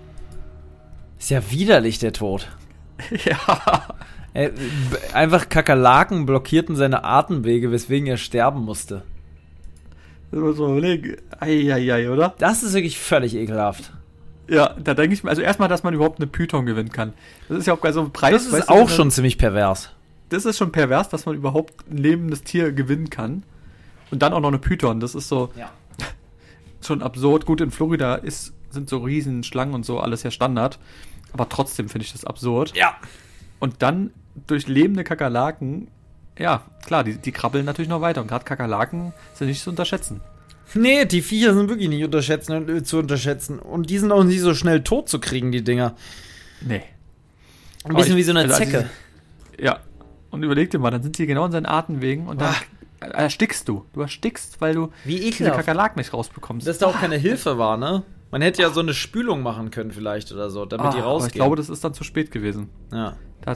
Ist ja widerlich, der Tod. Ja. Einfach Kakerlaken blockierten seine Atemwege, weswegen er sterben musste. Das muss man überlegen. Eieiei, oder? Das ist wirklich völlig ekelhaft. Ja, da denke ich mir, also erstmal, dass man überhaupt eine Python gewinnen kann. Das ist ja auch so ein Preis. Das ist auch schon ziemlich pervers. Das ist schon pervers, dass man überhaupt ein lebendes Tier gewinnen kann. Und dann auch noch eine Python. Das ist so schon absurd. Gut, in Florida sind so Riesenschlangen und so alles ja Standard. Aber trotzdem finde ich das absurd. Ja. Und dann durch lebende Kakerlaken, ja, klar, die krabbeln natürlich noch weiter. Und gerade Kakerlaken sind nicht zu unterschätzen. Nee, die Viecher sind wirklich nicht zu unterschätzen. Und die sind auch nicht so schnell tot zu kriegen, die Dinger. Nee. Ein bisschen wie so eine Zecke. Ja. Und überleg dir mal, dann sind die genau in seinen Atemwegen und dann erstickst du. Du erstickst, weil du diese Kakerlaken nicht rausbekommst. Dass da auch keine Hilfe war, ne? Man hätte ja so eine Spülung machen können vielleicht oder so, damit die rausgehen. Aber ich glaube, das ist dann zu spät gewesen. Ja.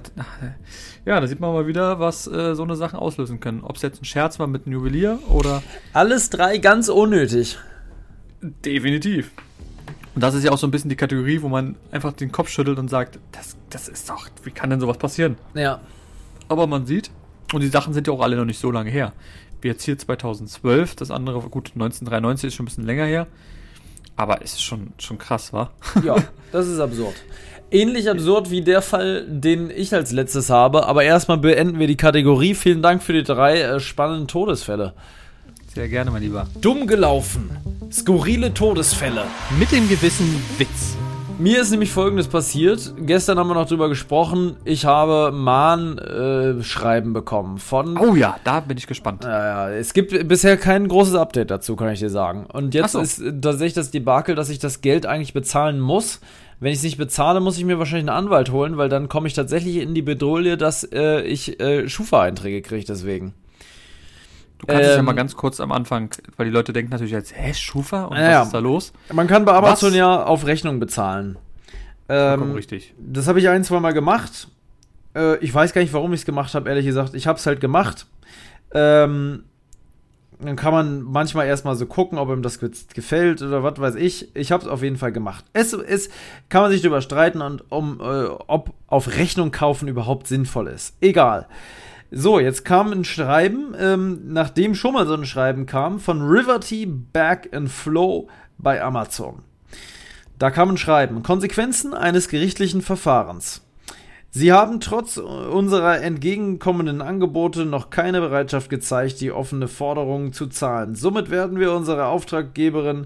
Da sieht man mal wieder, was so eine Sachen auslösen können. Ob es jetzt ein Scherz war mit einem Juwelier oder... Alles drei ganz unnötig. Definitiv. Und das ist ja auch so ein bisschen die Kategorie, wo man einfach den Kopf schüttelt und sagt, das ist doch, wie kann denn sowas passieren? Ja. Aber man sieht, und die Sachen sind ja auch alle noch nicht so lange her. Wie jetzt hier 2012, das andere, gut, 1993 ist schon ein bisschen länger her. Aber ist schon krass, wa? Ja, das ist absurd. Ähnlich absurd wie der Fall, den ich als letztes habe. Aber erstmal beenden wir die Kategorie. Vielen Dank für die 3 spannenden Todesfälle. Sehr gerne, mein Lieber. Dumm gelaufen. Skurrile Todesfälle. Mit dem gewissen Witz. Mir ist nämlich Folgendes passiert. Gestern haben wir noch drüber gesprochen. Ich habe Mahnschreiben bekommen von... Oh ja, da bin ich gespannt. Ja, es gibt bisher kein großes Update dazu, kann ich dir sagen. Und jetzt ist tatsächlich das Debakel, dass ich das Geld eigentlich bezahlen muss. Wenn ich es nicht bezahle, muss ich mir wahrscheinlich einen Anwalt holen, weil dann komme ich tatsächlich in die Bedrohung, dass ich Schufa-Einträge kriege deswegen. Du kannst es ja mal ganz kurz am Anfang, weil die Leute denken natürlich jetzt, Schufa? Und was ist da los? Man kann bei Amazon ja auf Rechnung bezahlen. Richtig. Das habe ich 1-2 Mal gemacht. Ich weiß gar nicht, warum ich es gemacht habe, ehrlich gesagt. Ich habe es halt gemacht. Dann kann man manchmal erstmal so gucken, ob ihm das gefällt oder was weiß ich. Ich habe es auf jeden Fall gemacht. Es kann man sich darüber streiten, und ob auf Rechnung kaufen überhaupt sinnvoll ist. Egal. So, jetzt kam ein Schreiben, nachdem schon mal so ein Schreiben kam, von Riverty Back and Flow bei Amazon. Da kam ein Schreiben: Konsequenzen eines gerichtlichen Verfahrens. Sie haben trotz unserer entgegenkommenden Angebote noch keine Bereitschaft gezeigt, die offene Forderungen zu zahlen. Somit werden wir unsere Auftraggeberin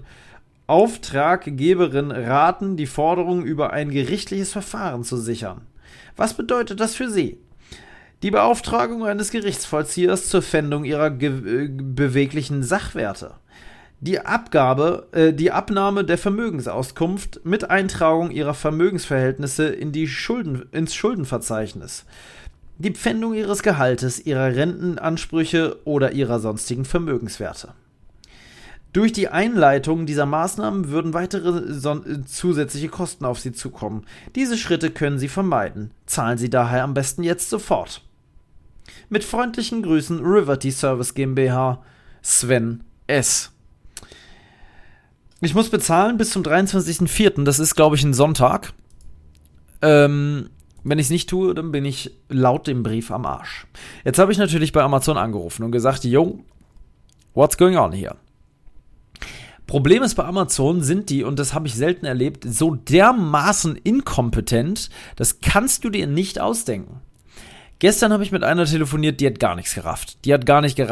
raten, die Forderung über ein gerichtliches Verfahren zu sichern. Was bedeutet das für Sie? Die Beauftragung eines Gerichtsvollziehers zur Pfändung ihrer beweglichen Sachwerte. Die Abnahme der Vermögensauskunft mit Eintragung ihrer Vermögensverhältnisse ins Schuldenverzeichnis. Die Pfändung ihres Gehaltes, ihrer Rentenansprüche oder ihrer sonstigen Vermögenswerte. Durch die Einleitung dieser Maßnahmen würden weitere zusätzliche Kosten auf Sie zukommen. Diese Schritte können Sie vermeiden. Zahlen Sie daher am besten jetzt sofort. Mit freundlichen Grüßen, Riverty Service GmbH, Sven S. Ich muss bezahlen bis zum 23.04. Das ist, glaube ich, ein Sonntag. Wenn ich es nicht tue, dann bin ich laut dem Brief am Arsch. Jetzt habe ich natürlich bei Amazon angerufen und gesagt, yo, what's going on here? Problem ist, bei Amazon sind die, und das habe ich selten erlebt, so dermaßen inkompetent, das kannst du dir nicht ausdenken. Gestern habe ich mit einer telefoniert, die hat gar nichts gerafft. Die hat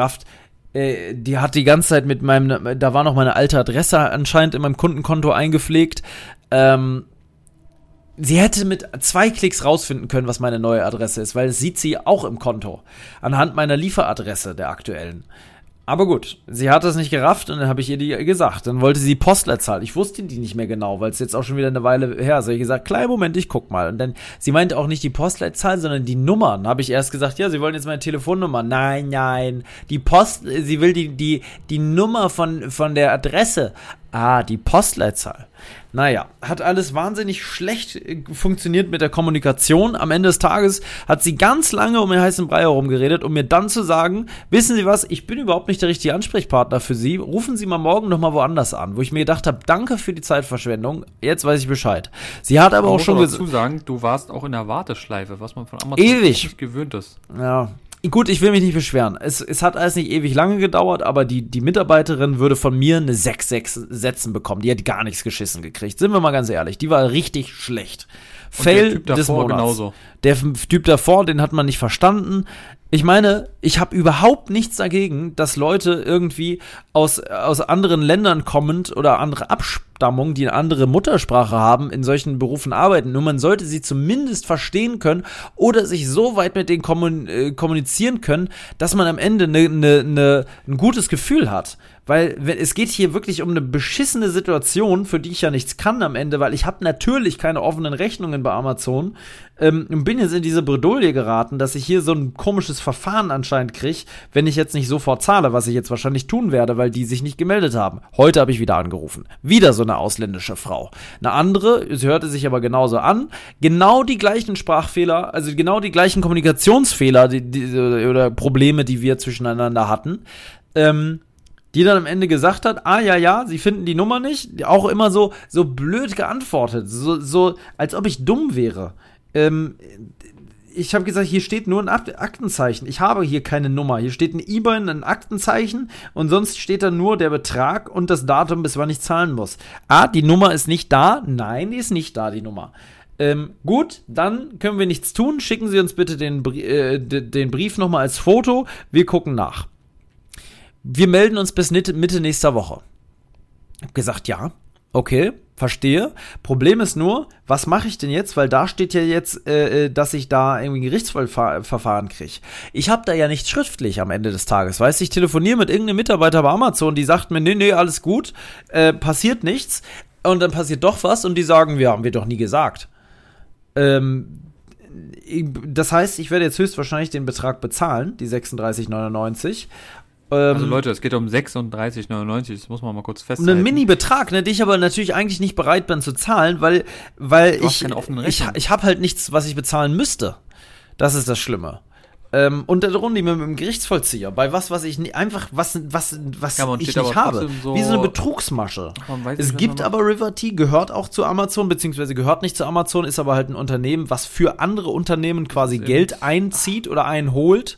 die ganze Zeit da war noch meine alte Adresse anscheinend in meinem Kundenkonto eingepflegt. Sie hätte mit 2 Klicks rausfinden können, was meine neue Adresse ist, weil das sieht sie auch im Konto. Anhand meiner Lieferadresse, der aktuellen. Aber gut, sie hat das nicht gerafft und dann habe ich ihr die gesagt. Dann wollte sie Postleitzahl. Ich wusste die nicht mehr genau, weil es jetzt auch schon wieder eine Weile her ist. Ich gesagt, kleinen Moment, ich guck mal. Und dann, sie meinte auch nicht die Postleitzahl, sondern die Nummern. Habe ich erst gesagt, ja, sie wollen jetzt meine Telefonnummer. Nein, sie will die Nummer von der Adresse. Die Postleitzahl. Naja, hat alles wahnsinnig schlecht funktioniert mit der Kommunikation. Am Ende des Tages hat sie ganz lange um den heißen Brei herumgeredet, um mir dann zu sagen, wissen Sie was, ich bin überhaupt nicht der richtige Ansprechpartner für Sie, rufen Sie mal morgen nochmal woanders an. Wo ich mir gedacht habe, danke für die Zeitverschwendung, jetzt weiß ich Bescheid. Sie hat aber auch schon gesagt, dazu sagen, du warst auch in der Warteschleife, was man von Amazon nicht gewöhnt ist. Ja. Gut, ich will mich nicht beschweren. Es hat alles nicht ewig lange gedauert, aber die Mitarbeiterin würde von mir eine 6,6 Sätzen bekommen. Die hat gar nichts geschissen gekriegt. Sind wir mal ganz ehrlich. Die war richtig schlecht. Fail des Monats. Genauso. Der Typ davor, den hat man nicht verstanden. Ich meine, ich habe überhaupt nichts dagegen, dass Leute irgendwie aus anderen Ländern kommend oder andere Abstammung, die eine andere Muttersprache haben, in solchen Berufen arbeiten. Nur man sollte sie zumindest verstehen können oder sich so weit mit denen kommunizieren können, dass man am Ende ein gutes Gefühl hat. Weil es geht hier wirklich um eine beschissene Situation, für die ich ja nichts kann am Ende, weil ich habe natürlich keine offenen Rechnungen bei Amazon und bin jetzt in diese Bredouille geraten, dass ich hier so ein komisches Verfahren anscheinend kriege, wenn ich jetzt nicht sofort zahle, was ich jetzt wahrscheinlich tun werde, weil die sich nicht gemeldet haben. Heute habe ich wieder angerufen. Wieder so eine ausländische Frau. Eine andere, sie hörte sich aber genauso an, genau die gleichen Sprachfehler, also genau die gleichen Kommunikationsfehler oder Probleme, die wir zwischeneinander hatten, die dann am Ende gesagt hat, ja, sie finden die Nummer nicht, auch immer so blöd geantwortet, so als ob ich dumm wäre. Ich habe gesagt, hier steht nur ein Aktenzeichen, ich habe hier keine Nummer, hier steht ein IBAN, ein Aktenzeichen und sonst steht da nur der Betrag und das Datum, bis wann ich zahlen muss. Die Nummer ist nicht da? Nein, die ist nicht da, die Nummer. Gut, dann können wir nichts tun, schicken Sie uns bitte den Brief nochmal als Foto, wir gucken nach. Wir melden uns bis Mitte nächster Woche. Ich habe gesagt, ja, okay, verstehe. Problem ist nur, was mache ich denn jetzt? Weil da steht ja jetzt, dass ich da irgendwie ein Gerichtsverfahren kriege. Ich habe da ja nichts schriftlich am Ende des Tages. Weißt du, ich telefoniere mit irgendeinem Mitarbeiter bei Amazon, die sagt mir, nee, alles gut, passiert nichts. Und dann passiert doch was und die sagen, haben wir doch nie gesagt. Das heißt, ich werde jetzt höchstwahrscheinlich den Betrag bezahlen, die 36,99. Also Leute, es geht um 36,99, das muss man mal kurz festhalten. Einen Mini-Betrag, den ich aber natürlich eigentlich nicht bereit bin zu zahlen, weil ich habe halt nichts, was ich bezahlen müsste. Das ist das Schlimme. Und der Runde mit dem Gerichtsvollzieher, bei was ich nicht, einfach, was Ja, ich nicht habe. Wie so eine Betrugsmasche. Es gibt aber River-T, gehört auch zu Amazon, beziehungsweise gehört nicht zu Amazon, ist aber halt ein Unternehmen, was für andere Unternehmen quasi Geld einzieht oder einholt.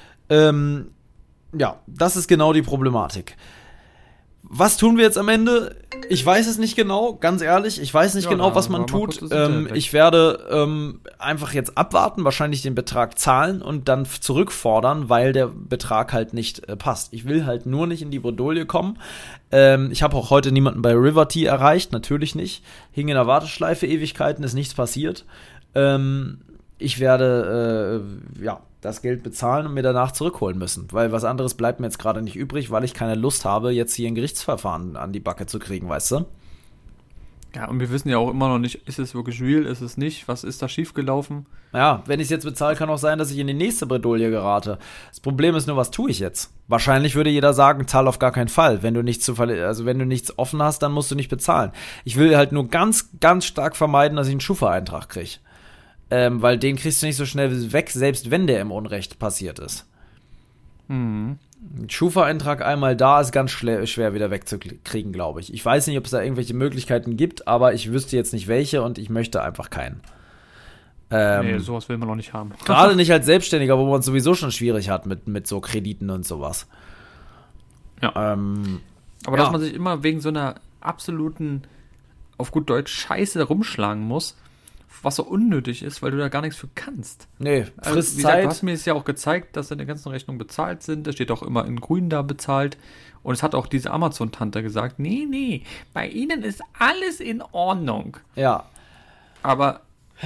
Ja, das ist genau die Problematik. Was tun wir jetzt am Ende? Ich weiß es nicht genau, ganz ehrlich. Ich weiß nicht genau, was man tut. Ich werde einfach jetzt abwarten, wahrscheinlich den Betrag zahlen und dann zurückfordern, weil der Betrag halt nicht passt. Ich will halt nur nicht in die Bredouille kommen. Ich habe auch heute niemanden bei River-T erreicht, natürlich nicht. Hing in der Warteschleife Ewigkeiten, ist nichts passiert. Ich werde, das Geld bezahlen und mir danach zurückholen müssen. Weil was anderes bleibt mir jetzt gerade nicht übrig, weil ich keine Lust habe, jetzt hier ein Gerichtsverfahren an die Backe zu kriegen, weißt du? Ja, und wir wissen ja auch immer noch nicht, ist es wirklich real, ist es nicht, was ist da schiefgelaufen? Ja, wenn ich es jetzt bezahle, kann auch sein, dass ich in die nächste Bredouille gerate. Das Problem ist nur, was tue ich jetzt? Wahrscheinlich würde jeder sagen, zahl auf gar keinen Fall. Wenn du nichts wenn du nichts offen hast, dann musst du nicht bezahlen. Ich will halt nur ganz, ganz stark vermeiden, dass ich einen Schufa-Eintrag kriege. Weil den kriegst du nicht so schnell weg, selbst wenn der im Unrecht passiert ist. Ein Schufa-Eintrag einmal da ist ganz schwer wieder wegzukriegen, glaube ich. Ich weiß nicht, ob es da irgendwelche Möglichkeiten gibt, aber ich wüsste jetzt nicht welche und ich möchte einfach keinen. Nee, sowas will man noch nicht haben. Gerade nicht als Selbstständiger, wo man es sowieso schon schwierig hat mit so Krediten und sowas. Ja. Aber dass man sich immer wegen so einer absoluten, auf gut Deutsch, Scheiße rumschlagen muss, was so unnötig ist, weil du da gar nichts für kannst. Nee, frisst wie Zeit. Gesagt, du hast mir es ja auch gezeigt, dass deine ganzen Rechnungen bezahlt sind. Da steht auch immer in grün da bezahlt. Und es hat auch diese Amazon-Tante gesagt, nee, bei Ihnen ist alles in Ordnung. Ja. Aber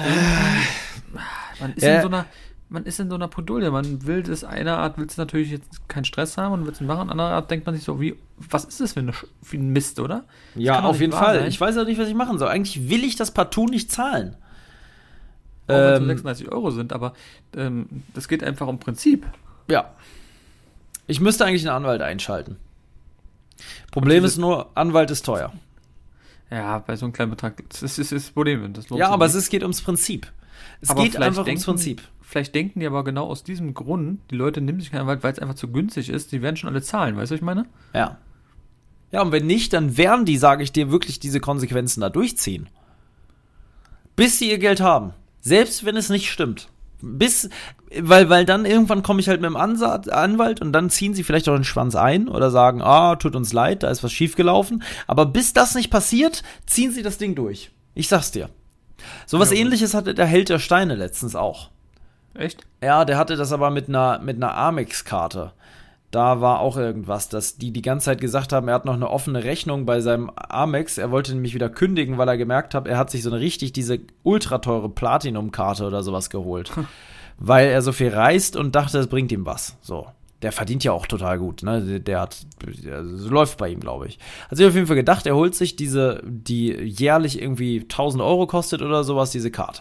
man ist in so einer Bredouille. Man will das einer Art, will es natürlich jetzt keinen Stress haben und will es machen. Andere Art denkt man sich so, was ist das für ein Mist, oder? Ja, auf jeden Fall. Sein. Ich weiß auch nicht, was ich machen soll. Eigentlich will ich das partout nicht zahlen. Auch wenn es nur 36 Euro sind, aber das geht einfach um Prinzip. Ja. Ich müsste eigentlich einen Anwalt einschalten. Problem ist nur, Anwalt ist teuer. Ja, bei so einem kleinen Betrag, das ist das Problem. Das ja, aber es geht ums Prinzip. Es geht einfach ums Prinzip. Vielleicht denken die aber genau aus diesem Grund, die Leute nehmen sich keinen Anwalt, weil es einfach zu günstig ist, die werden schon alle zahlen, weißt du, was ich meine? Ja. Ja, und wenn nicht, dann werden die, sage ich dir, wirklich diese Konsequenzen da durchziehen. Bis sie ihr Geld haben. Selbst wenn es nicht stimmt. Weil dann irgendwann komme ich halt mit dem Anwalt und dann ziehen sie vielleicht auch den Schwanz ein oder sagen, tut uns leid, da ist was schiefgelaufen. Aber bis das nicht passiert, ziehen sie das Ding durch. Ich sag's dir. Sowas Ähnliches hatte der Held der Steine letztens auch. Echt? Ja, der hatte das aber mit einer Amex-Karte. Da war auch irgendwas, dass die ganze Zeit gesagt haben, er hat noch eine offene Rechnung bei seinem Amex. Er wollte nämlich wieder kündigen, weil er gemerkt hat, er hat sich so diese ultra teure Platinum-Karte oder sowas geholt. Weil er so viel reist und dachte, es bringt ihm was. So. Der verdient ja auch total gut, ne? Läuft bei ihm, glaube ich. Hat sich auf jeden Fall gedacht, er holt sich die jährlich irgendwie 1.000 Euro kostet oder sowas, diese Karte.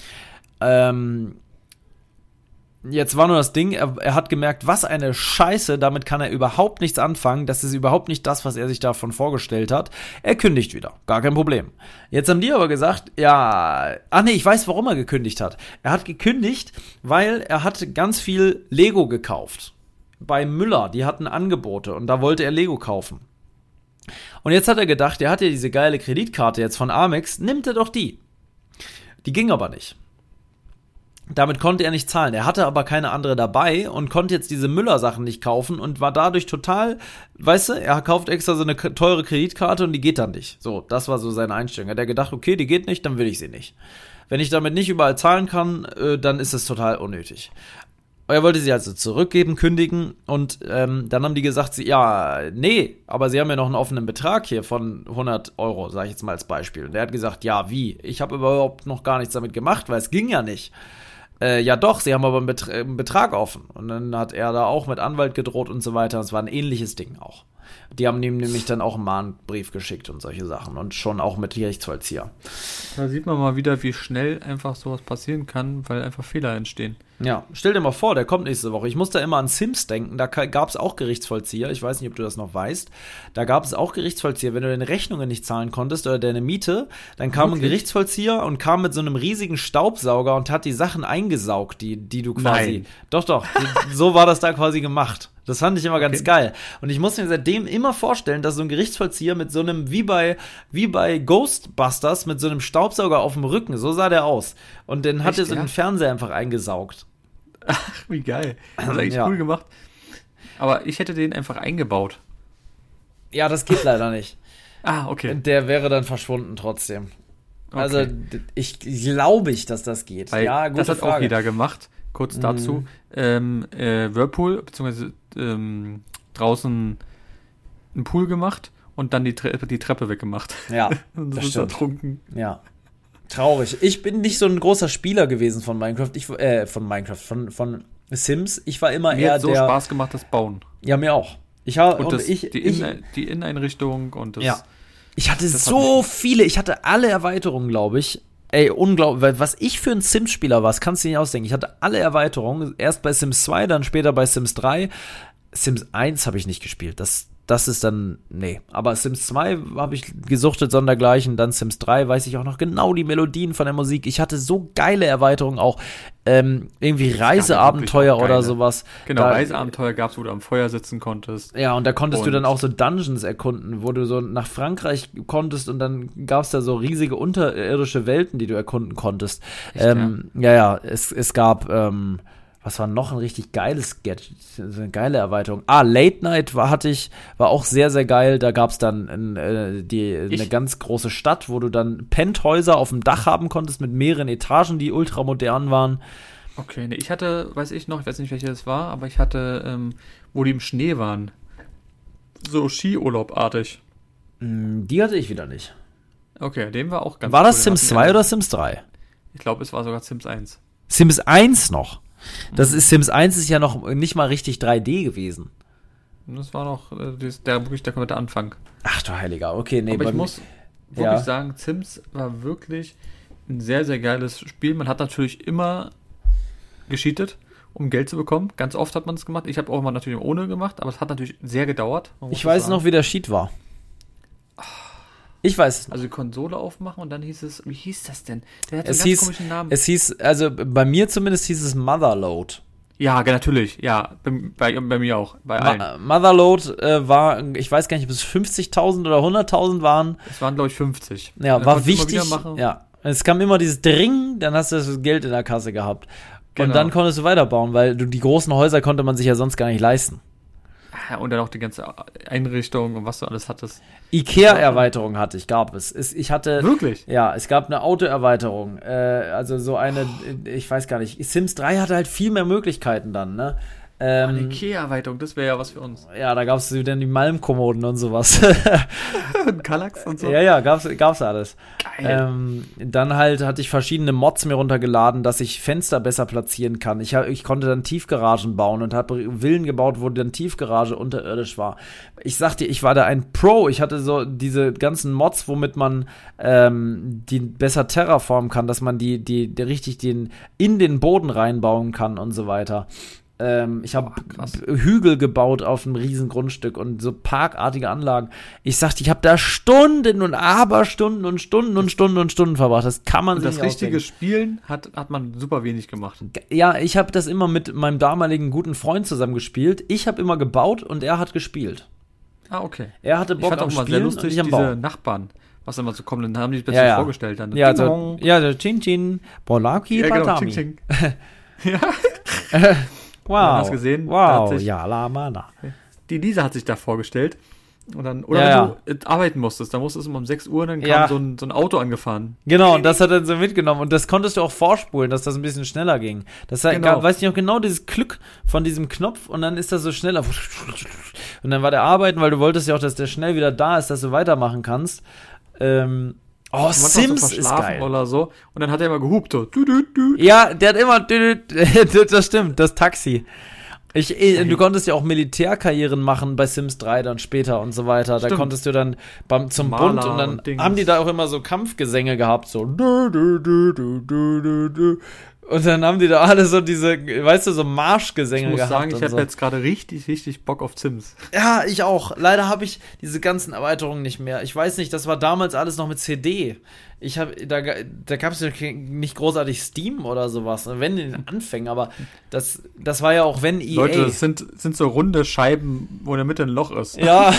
Jetzt war nur das Ding, er hat gemerkt, was eine Scheiße, damit kann er überhaupt nichts anfangen, das ist überhaupt nicht das, was er sich davon vorgestellt hat. Er kündigt wieder, gar kein Problem. Jetzt haben die aber gesagt, ich weiß, warum er gekündigt hat. Er hat gekündigt, weil er hat ganz viel Lego gekauft. Bei Müller, die hatten Angebote und da wollte er Lego kaufen. Und jetzt hat er gedacht, er hat ja diese geile Kreditkarte jetzt von Amex, nimmt er doch die. Die ging aber nicht. Damit konnte er nicht zahlen. Er hatte aber keine andere dabei und konnte jetzt diese Müller-Sachen nicht kaufen und war dadurch total, weißt du, er kauft extra so eine teure Kreditkarte und die geht dann nicht. So, das war so seine Einstellung. Er hat gedacht, okay, die geht nicht, dann will ich sie nicht. Wenn ich damit nicht überall zahlen kann, dann ist es total unnötig. Er wollte sie also zurückgeben, kündigen und dann haben die gesagt, aber sie haben ja noch einen offenen Betrag hier von 100 Euro, sage ich jetzt mal als Beispiel. Und er hat gesagt, ja, wie? Ich habe überhaupt noch gar nichts damit gemacht, weil es ging ja nicht. Ja doch, sie haben aber einen Betrag offen. Und dann hat er da auch mit Anwalt gedroht und so weiter. Es war ein ähnliches Ding auch. Die haben ihm nämlich dann auch einen Mahnbrief geschickt und solche Sachen und schon auch mit Gerichtsvollzieher. Da sieht man mal wieder, wie schnell einfach sowas passieren kann, weil einfach Fehler entstehen. Ja, stell dir mal vor, der kommt nächste Woche. Ich muss da immer an Sims denken, da gab es auch Gerichtsvollzieher. Ich weiß nicht, ob du das noch weißt. Da gab es auch Gerichtsvollzieher. Wenn du deine Rechnungen nicht zahlen konntest oder deine Miete, dann kam ein Gerichtsvollzieher und kam mit so einem riesigen Staubsauger und hat die Sachen eingesaugt, die du quasi... Nein. Doch, so war das da quasi gemacht. Das fand ich immer ganz geil. Und ich muss mir seitdem immer vorstellen, dass so ein Gerichtsvollzieher mit so einem, wie bei Ghostbusters, mit so einem Staubsauger auf dem Rücken, so sah der aus. Und dann hat er so den Fernseher einfach eingesaugt. Ach, wie geil. Das ist eigentlich cool gemacht. Aber ich hätte den einfach eingebaut. Ja, das geht leider nicht. Okay. Der wäre dann verschwunden trotzdem. Okay. Also, ich glaube, dass das geht. Weil ja, gute das hat Frage. auch jeder gemacht. Kurz dazu. Whirlpool, beziehungsweise draußen einen Pool gemacht und dann die Treppe weggemacht. Ja, und das ist stimmt. ertrunken. Ja. Traurig. Ich bin nicht so ein großer Spieler gewesen von Minecraft. Von Sims. Ich war immer Mir eher hat so der... Spaß gemacht, das Bauen. Ja, mir auch. Die Inneneinrichtung und das... Ja. Ich hatte so viele. Ich hatte alle Erweiterungen, glaube ich. Ey, unglaublich. Was ich für ein Sims-Spieler war, das kannst du nicht ausdenken. Ich hatte alle Erweiterungen. Erst bei Sims 2, dann später bei Sims 3. Sims 1 habe ich nicht gespielt. Das ist dann, nee. Aber Sims 2 habe ich gesuchtet, sondergleichen. Dann Sims 3 weiß ich auch noch genau die Melodien von der Musik. Ich hatte so geile Erweiterungen auch. Irgendwie Reiseabenteuer oder sowas. Genau, Reiseabenteuer gab es, wo du am Feuer sitzen konntest. Ja, und da konntest du dann auch so Dungeons erkunden, wo du so nach Frankreich konntest und dann gab es da so riesige unterirdische Welten, die du erkunden konntest. Echt, Es gab, was war noch ein richtig geiles Gadget, so eine geile Erweiterung. Late Night war auch sehr, sehr geil. Da gab es dann eine ganz große Stadt, wo du dann Penthäuser auf dem Dach haben konntest mit mehreren Etagen, die ultramodern waren. Okay, ich hatte, ich weiß nicht, welche das war, aber ich hatte, wo die im Schnee waren. So Skiurlaubartig. Die hatte ich wieder nicht. Okay, dem war auch ganz War cool. das Sims 2 oder Sims 3? Ich glaube, es war sogar Sims 1. Sims 1 noch? Sims 1 ist ja noch nicht mal richtig 3D gewesen. Das war noch der komplette Anfang. Ach du Heiliger, okay. Nee, aber ich muss wirklich sagen, Sims war wirklich ein sehr, sehr geiles Spiel. Man hat natürlich immer gecheatet, um Geld zu bekommen. Ganz oft hat man es gemacht. Ich habe auch mal natürlich ohne gemacht, aber es hat natürlich sehr gedauert. Ich weiß noch, wie der Cheat war. Ich weiß. Also die Konsole aufmachen und dann hieß es, wie hieß das denn? Der hatte einen ganz komischen Namen. Es hieß, also bei mir zumindest hieß es Motherload. Ja, natürlich, ja, bei mir auch, bei allen. Motherload war, ich weiß gar nicht, ob es 50.000 oder 100.000 waren. Es waren, glaube ich, 50. Ja, war wichtig. Ja, es kam immer dieses Dring, dann hast du das Geld in der Kasse gehabt. Genau. Und dann konntest du weiterbauen, weil die großen Häuser konnte man sich ja sonst gar nicht leisten. Und dann auch die ganze Einrichtung und was du alles hattest. Ikea-Erweiterung gab es. Ich hatte... Wirklich? Ja, es gab eine Autoerweiterung. Also so eine, ich weiß gar nicht. Sims 3 hatte halt viel mehr Möglichkeiten dann, ne? Eine Ikea-Erweiterung, das wäre ja was für uns. Ja, da gab es wieder die Malmkommoden und sowas. Und Kallax und so. Ja, gab's alles. Geil. Dann halt hatte ich verschiedene Mods mir runtergeladen, dass ich Fenster besser platzieren kann. Ich konnte dann Tiefgaragen bauen und habe Villen gebaut, wo dann Tiefgarage unterirdisch war. Ich sag dir, ich war da ein Pro. Ich hatte so diese ganzen Mods, womit man die besser terraformen kann, dass man die richtig in den Boden reinbauen kann und so weiter. Ich habe Hügel gebaut auf einem riesen Grundstück und so parkartige Anlagen. Ich sagte, ich habe da Stunden und Aberstunden und Stunden verbracht. Das kann man sich nicht ausdenken. Das richtige Spielen hat man super wenig gemacht. Ja, ich habe das immer mit meinem damaligen guten Freund zusammen gespielt. Ich habe immer gebaut und er hat gespielt. Okay. Er hatte Bock am Spielen sehr lustig, und ich am diese Bauen. Nachbarn, was immer so kommen, dann haben die sich plötzlich vorgestellt. Dann ja, der Chin-Chin, Bolaki, Patami. Ching. Ja. Wow. Hast du gesehen? Wow, ja, la mana. Die Lisa hat sich da vorgestellt. Und dann, wenn du arbeiten musstest, dann musstest du um 6 Uhr, dann kam so ein Auto angefahren. Genau, und das hat er so mitgenommen. Und das konntest du auch vorspulen, dass das ein bisschen schneller ging. Das weiß ich noch genau, dieses Glück von diesem Knopf und dann ist das so schneller. Und dann war der Arbeiten, weil du wolltest ja auch, dass der schnell wieder da ist, dass du weitermachen kannst. Sims ist geil. Oder so. Und dann hat er immer gehupt. So. Ja, der hat immer... Das stimmt, das Taxi. Du konntest ja auch Militärkarrieren machen bei Sims 3 dann später und so weiter. Stimmt. Da konntest du dann zum Maler Bund und dann und Dings. haben die da auch immer so Kampfgesänge gehabt, so du, du, du, du, du, du, du. Und dann haben die da alle so diese, weißt du, so Marschgesänge Ich muss gehabt. sagen, ich und habe so. jetzt gerade richtig, richtig Bock auf Sims. Ja, ich auch. Leider habe ich diese ganzen Erweiterungen nicht mehr. Ich weiß nicht, das war damals alles noch mit CD. Da gab es ja nicht großartig Steam oder sowas, wenn in den Anfängen, aber das war ja auch wenn EA. Leute, das sind so runde Scheiben, wo in der Mitte ein Loch ist. Ja.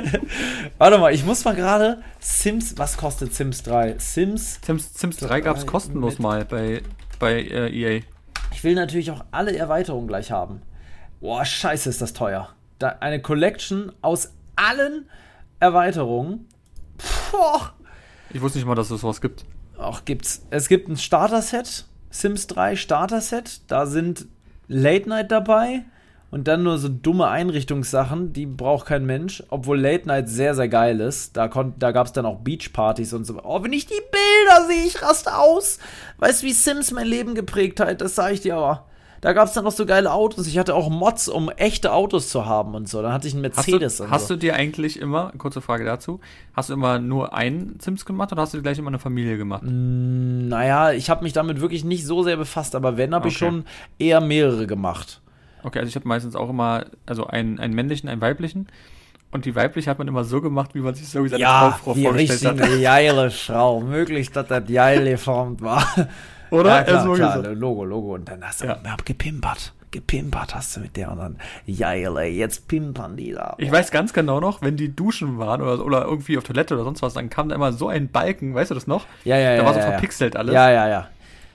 Warte mal, ich muss mal gerade was kostet Sims 3? Sims 3 gab es kostenlos mal bei EA. Ich will natürlich auch alle Erweiterungen gleich haben. Boah, scheiße, ist das teuer. Eine Collection aus allen Erweiterungen. Boah. Ich wusste nicht mal, dass es sowas gibt. Auch gibt's. Es gibt ein Starter-Set, Sims 3 Starter-Set. Da sind Late Night dabei und dann nur so dumme Einrichtungssachen, die braucht kein Mensch. Obwohl Late Night sehr, sehr geil ist. Da gab's dann auch Beachpartys und so. Oh, wenn ich die Bilder sehe, ich raste aus. Weißt du, wie Sims mein Leben geprägt hat? Das sage ich dir aber. Da gab es dann noch so geile Autos. Ich hatte auch Mods, um echte Autos zu haben und so. Dann hatte ich einen Mercedes und so. Hast du dir eigentlich immer, kurze Frage dazu, hast du immer nur einen Sims gemacht oder hast du gleich immer eine Familie gemacht? Naja, ich habe mich damit wirklich nicht so sehr befasst, aber wenn, habe ich schon eher mehrere gemacht. Okay, also ich habe meistens auch immer, also einen männlichen, einen weiblichen. Und die weibliche hat man immer so gemacht, wie man sich so wie seine Traumfrau vorgestellt hat. Ja, eine geile Frau. Möglich, dass das geil geformt war. Oder? Ja, klar, Logo. Und dann hast du gepimpert. gepimpert hast du mit der und dann, geil, ey, jetzt pimpern die da. Ich weiß ganz genau noch, wenn die duschen waren oder irgendwie auf Toilette oder sonst was, dann kam da immer so ein Balken, weißt du das noch? Ja. Da war so verpixelt alles. Ja.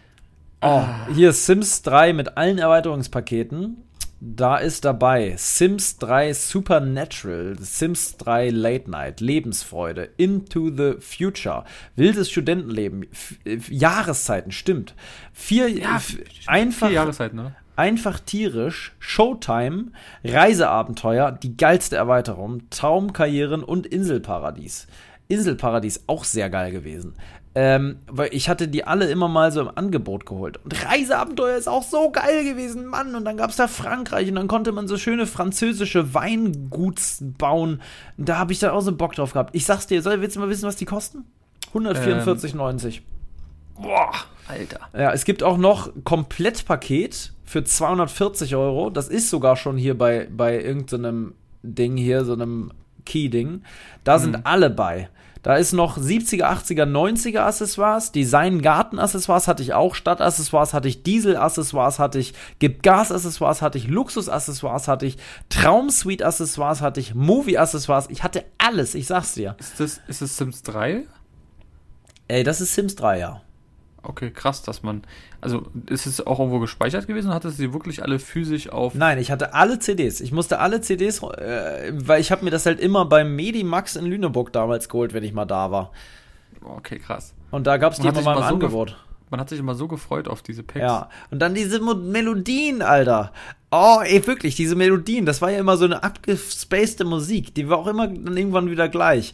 Oh, hier ist Sims 3 mit allen Erweiterungspaketen. Da ist dabei Sims 3 Supernatural, Sims 3 Late Night, Lebensfreude, Into the Future, wildes Studentenleben, Jahreszeiten, stimmt. Vier Jahreszeiten, ne? Einfach tierisch, Showtime, Reiseabenteuer, die geilste Erweiterung, Traumkarrieren und Inselparadies. Inselparadies auch sehr geil gewesen. Weil ich hatte die alle immer mal so im Angebot geholt. Und Reiseabenteuer ist auch so geil gewesen, Mann. Und dann gab es da Frankreich und dann konnte man so schöne französische Weinguts bauen. Und da habe ich dann auch so Bock drauf gehabt. Ich sag's dir, willst du mal wissen, was die kosten? 144,90. Boah, Alter. Ja, es gibt auch noch Komplettpaket für 240 €. Das ist sogar schon hier bei irgendeinem Ding hier, so einem Key-Ding. Da sind alle bei. Da ist noch 70er, 80er, 90er Accessoires, Design-Garten-Accessoires hatte ich auch, Stadt-Accessoires hatte ich, Diesel-Accessoires hatte ich, Gib-Gas-Accessoires hatte ich, Luxus-Accessoires hatte ich, Traum-Suite-Accessoires hatte ich, Movie-Accessoires, ich hatte alles, ich sag's dir. Ist es Sims 3? Ey, das ist Sims 3, ja. Okay, krass, dass man, also ist es auch irgendwo gespeichert gewesen und hattest du sie wirklich alle physisch auf? Nein, ich hatte alle CDs. Ich musste alle CDs, weil ich habe mir das halt immer beim Medimax in Lüneburg damals geholt, wenn ich mal da war. Okay, krass. Und da gab es die immer mal im Angebot. Man hat sich immer so gefreut auf diese Packs. Ja, und dann diese Melodien, Alter. Oh, ey, wirklich, diese Melodien, das war ja immer so eine abgespacede Musik. Die war auch immer dann irgendwann wieder gleich.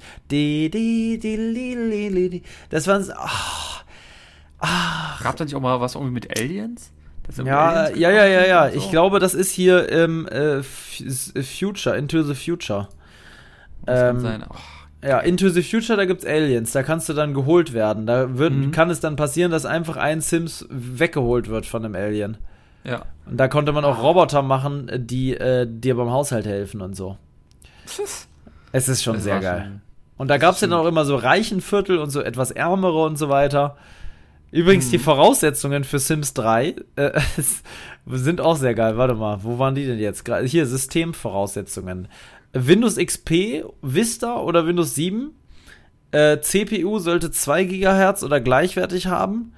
Das waren Gab da nicht auch mal was irgendwie mit Aliens? Ja. So? Ich glaube, das ist hier Future, Into the Future. Das kann sein. Oh. Ja, Into the Future, da gibt's Aliens, da kannst du dann geholt werden. Da kann es dann passieren, dass einfach ein Sims weggeholt wird von einem Alien. Ja. Und da konnte man auch Roboter machen, die dir beim Haushalt helfen und so. Es ist schon sehr geil. Und da gab's ja dann auch immer so Reichenviertel und so etwas ärmere und so weiter. Übrigens, die Voraussetzungen für Sims 3 sind auch sehr geil. Warte mal, wo waren die denn jetzt? Hier, Systemvoraussetzungen. Windows XP, Vista oder Windows 7. CPU sollte 2 GHz oder gleichwertig haben.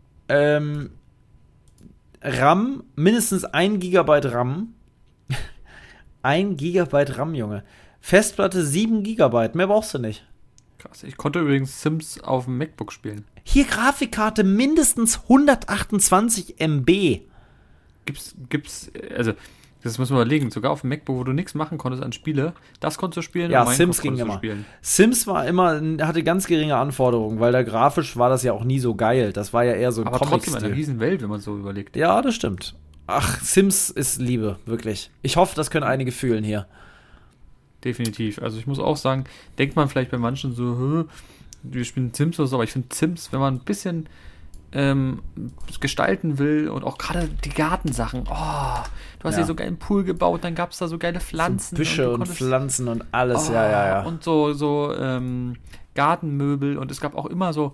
RAM, mindestens 1 GB RAM. 1 GB RAM, Junge. Festplatte 7 GB, mehr brauchst du nicht. Krass, ich konnte übrigens Sims auf dem MacBook spielen. Hier Grafikkarte mindestens 128 MB. Gibt's, also, das müssen wir überlegen, sogar auf dem MacBook, wo du nichts machen konntest an Spiele, das konntest du spielen ja, und Sims ging immer. Sims hatte ganz geringe Anforderungen, weil da grafisch war das ja auch nie so geil. Das war ja eher so ein aber Comic-Stil. trotzdem eine Riesenwelt, wenn man so überlegt. Ja, das stimmt. Ach, Sims ist Liebe, wirklich. Ich hoffe, das können einige fühlen hier. Definitiv. Also ich muss auch sagen, denkt man vielleicht bei manchen so, wir spielen Sims oder so, aber ich finde Sims, wenn man ein bisschen gestalten will und auch gerade die Gartensachen, du hast hier so geilen Pool gebaut, dann gab es da so geile Pflanzen. So Büsche und Pflanzen und alles, ja. Und so Gartenmöbel und es gab auch immer so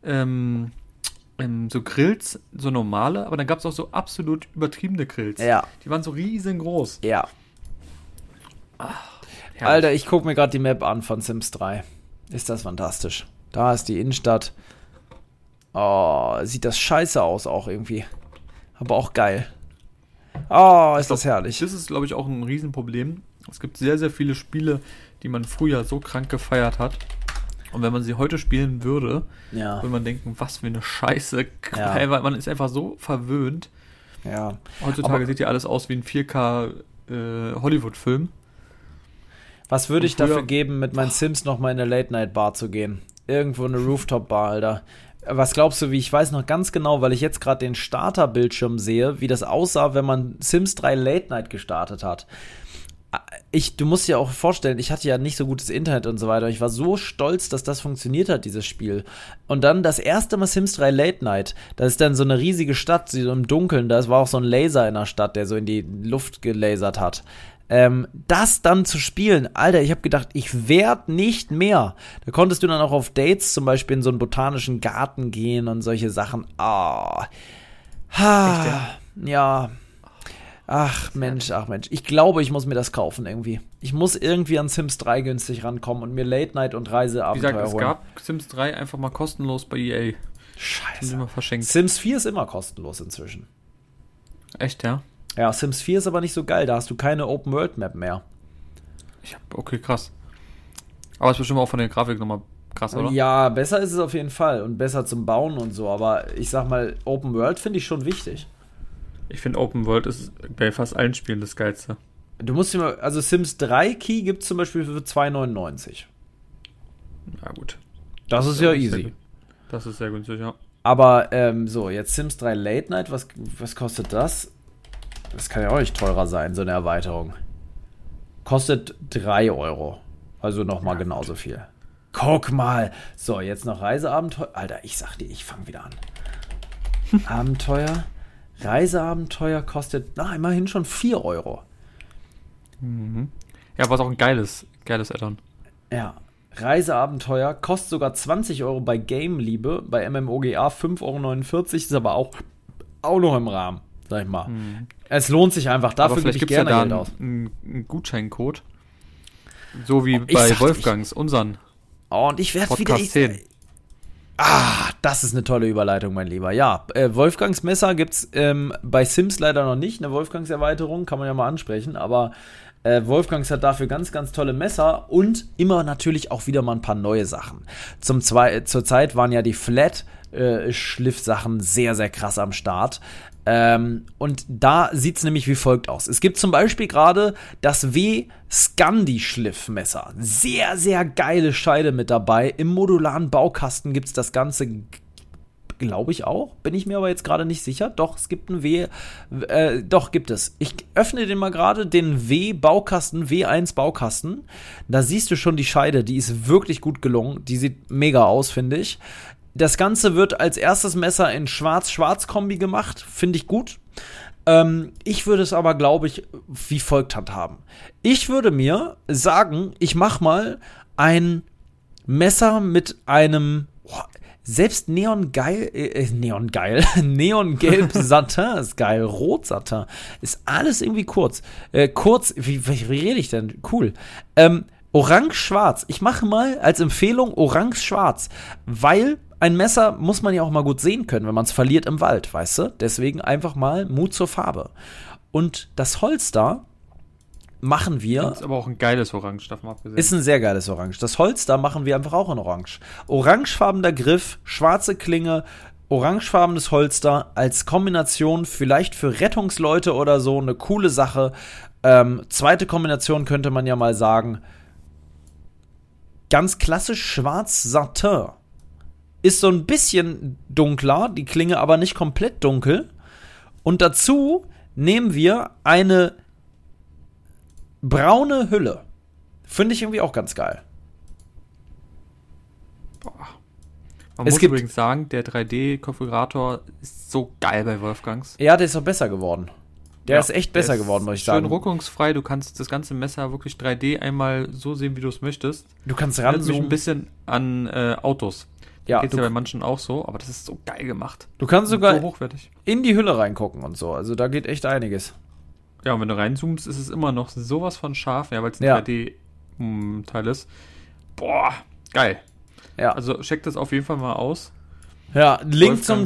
so Grills, so normale, aber dann gab es auch so absolut übertriebene Grills. Ja. Die waren so riesengroß. Ja. Herrlich. Alter, ich gucke mir gerade die Map an von Sims 3. Ist das fantastisch. Da ist die Innenstadt. Oh, sieht das scheiße aus auch irgendwie. Aber auch geil. Oh, ist das herrlich. Das ist, glaube ich, auch ein Riesenproblem. Es gibt sehr, sehr viele Spiele, die man früher so krank gefeiert hat. Und wenn man sie heute spielen würde, würde man denken, was für eine Scheiße. Ja. Man ist einfach so verwöhnt. Ja. Heutzutage sieht ja alles aus wie ein 4K Hollywood-Film. Was würde ich dafür geben, mit meinen Sims noch mal in eine Late-Night-Bar zu gehen? Irgendwo eine Rooftop-Bar, Alter. Was glaubst du, wie ich weiß noch ganz genau, weil ich jetzt gerade den Starterbildschirm sehe, wie das aussah, wenn man Sims 3 Late Night gestartet hat. Du musst dir auch vorstellen, ich hatte ja nicht so gutes Internet und so weiter. Ich war so stolz, dass das funktioniert hat, dieses Spiel. Und dann das erste Mal Sims 3 Late Night. Da ist dann so eine riesige Stadt, so im Dunkeln. Da war auch so ein Laser in der Stadt, der so in die Luft gelasert hat. Das dann zu spielen, Alter, ich habe gedacht, ich werd nicht mehr. Da konntest du dann auch auf Dates zum Beispiel in so einen botanischen Garten gehen und solche Sachen. Ja. Ach Mensch. Ich glaube, ich muss mir das kaufen irgendwie. Ich muss irgendwie an Sims 3 günstig rankommen und mir Late Night und Reiseabenteuer holen. Wie gesagt, es gab Sims 3 einfach mal kostenlos bei EA. Scheiße. Immer verschenkt. Sims 4 ist immer kostenlos inzwischen. Echt, ja? Ja, Sims 4 ist aber nicht so geil. Da hast du keine Open-World-Map mehr. Okay, krass. Aber ist bestimmt auch von der Grafik nochmal krass, oder? Ja, besser ist es auf jeden Fall. Und besser zum Bauen und so. Aber ich sag mal, Open-World finde ich schon wichtig. Ich finde Open World ist bei fast allen Spielen das Geilste. Du musst dir mal, also Sims 3 Key gibt es zum Beispiel für 2,99. Ja, gut. Das ist ja easy. Das ist sehr günstig, ja. Aber, so, jetzt Sims 3 Late Night, was kostet das? Das kann ja auch nicht teurer sein, so eine Erweiterung. Kostet 3 €. Also nochmal genauso viel. Guck mal. So, jetzt noch Reiseabenteuer. Alter, ich sag dir, ich fange wieder an. Abenteuer. Reiseabenteuer kostet, immerhin schon 4 €. Mhm. Ja, aber ist auch ein geiles Add-on. Ja. Reiseabenteuer kostet sogar 20 € bei Game-Liebe, bei MMOGA 5,49 €, ist aber auch noch im Rahmen, sag ich mal. Mhm. Es lohnt sich einfach, dafür gebe ich gerne Geld aus. Ein Gutscheincode, so wie bei Wolfgangs, unseren und ich werde wieder... Podcast 10. Das ist eine tolle Überleitung, mein Lieber. Ja, Wolfgangs Messer gibt's bei Sims leider noch nicht, eine Wolfgangs-Erweiterung, kann man ja mal ansprechen, aber Wolfgangs hat dafür ganz, ganz tolle Messer und immer natürlich auch wieder mal ein paar neue Sachen. Zur Zeit waren ja die Flat-Schliff-Sachen sehr, sehr krass am Start. Und da sieht es nämlich wie folgt aus. Es gibt zum Beispiel gerade das W-Scandi-Schliffmesser. Sehr, sehr geile Scheide mit dabei. Im modularen Baukasten gibt es das Ganze, glaube ich auch. Bin ich mir aber jetzt gerade nicht sicher. Doch, es gibt ein doch, gibt es. Ich öffne den mal gerade, den W-Baukasten, W1-Baukasten. Da siehst du schon die Scheide. Die ist wirklich gut gelungen. Die sieht mega aus, finde ich. Das Ganze wird als erstes Messer in Schwarz-Schwarz-Kombi gemacht. Finde ich gut. Ich würde es aber, glaube ich, wie folgt handhaben. Ich würde mir sagen, ich mache mal ein Messer mit einem selbst Neongelb Satin ist geil. Rot Satin ist alles irgendwie kurz. Wie rede ich denn? Cool. Orange-Schwarz. Ich mache mal als Empfehlung Orange-Schwarz, weil ein Messer muss man ja auch mal gut sehen können, wenn man es verliert im Wald, weißt du? Deswegen einfach mal Mut zur Farbe. Und das Holster machen wir... Das ist aber auch ein geiles Orange, davon abgesehen. Ist ein sehr geiles Orange. Das Holster machen wir einfach auch in Orange. Orangefarbener Griff, schwarze Klinge, orangefarbenes Holster als Kombination vielleicht für Rettungsleute oder so eine coole Sache. Zweite Kombination könnte man ja mal sagen, ganz klassisch schwarz Satin. Ist so ein bisschen dunkler, die Klinge aber nicht komplett dunkel. Und dazu nehmen wir eine braune Hülle. Finde ich irgendwie auch ganz geil. Man muss übrigens sagen, der 3D-Konfigurator ist so geil bei Wolfgangs. Ja, der ist doch besser geworden. Der ist echt besser geworden, muss ich sagen. Schön ruckungsfrei, du kannst das ganze Messer wirklich 3D einmal so sehen, wie du es möchtest. Du kannst ranzoomen. Mich ein bisschen an Autos. Ja, geht's ja bei manchen auch so, aber das ist so geil gemacht. Du kannst sogar so hochwertig in die Hülle reingucken und so. Also da geht echt einiges. Ja, und wenn du reinzoomst, ist es immer noch sowas von scharf, ja, weil es ein 3D-Teil ist. Boah, geil. Ja. Also checkt das auf jeden Fall mal aus. Ja, Link zum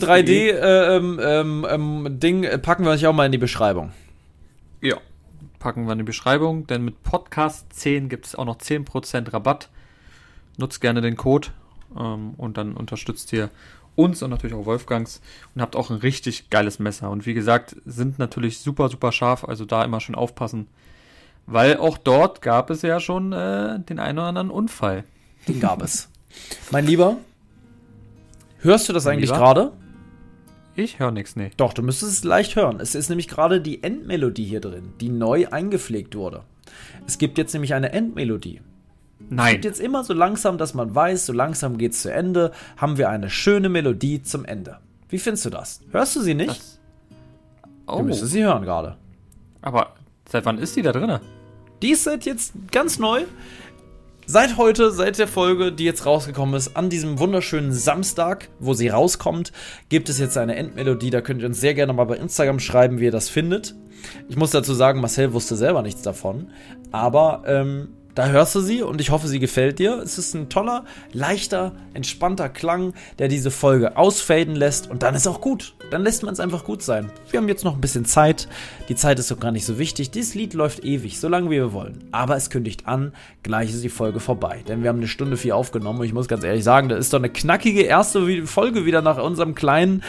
3D-Ding packen wir euch auch mal in die Beschreibung. Ja, packen wir in die Beschreibung, denn mit Podcast 10 gibt es auch noch 10% Rabatt. Nutzt gerne den Code und dann unterstützt ihr uns und natürlich auch Wolfgangs und habt auch ein richtig geiles Messer. Und wie gesagt, sind natürlich super, super scharf, also da immer schön aufpassen, weil auch dort gab es ja schon den einen oder anderen Unfall. Den gab es. Mein Lieber, hörst du das eigentlich gerade? Ich höre nichts, nee. Doch, du müsstest es leicht hören. Es ist nämlich gerade die Endmelodie hier drin, die neu eingepflegt wurde. Es gibt jetzt nämlich eine Endmelodie. Nein. Es gibt jetzt immer so langsam, dass man weiß, so langsam geht's zu Ende, haben wir eine schöne Melodie zum Ende. Wie findest du das? Hörst du sie nicht? Du müsstest sie hören gerade. Aber seit wann ist die da drin? Die ist seit jetzt ganz neu. Seit heute, seit der Folge, die jetzt rausgekommen ist, an diesem wunderschönen Samstag, wo sie rauskommt, gibt es jetzt eine Endmelodie. Da könnt ihr uns sehr gerne mal bei Instagram schreiben, wie ihr das findet. Ich muss dazu sagen, Marcel wusste selber nichts davon. Aber da hörst du sie und ich hoffe, sie gefällt dir. Es ist ein toller, leichter, entspannter Klang, der diese Folge ausfaden lässt und dann ist auch gut. Dann lässt man es einfach gut sein. Wir haben jetzt noch ein bisschen Zeit. Die Zeit ist doch gar nicht so wichtig. Dieses Lied läuft ewig, so lange wie wir wollen. Aber es kündigt an, gleich ist die Folge vorbei. Denn wir haben 1:04 aufgenommen und ich muss ganz ehrlich sagen, das ist doch eine knackige erste Folge wieder nach unserem kleinen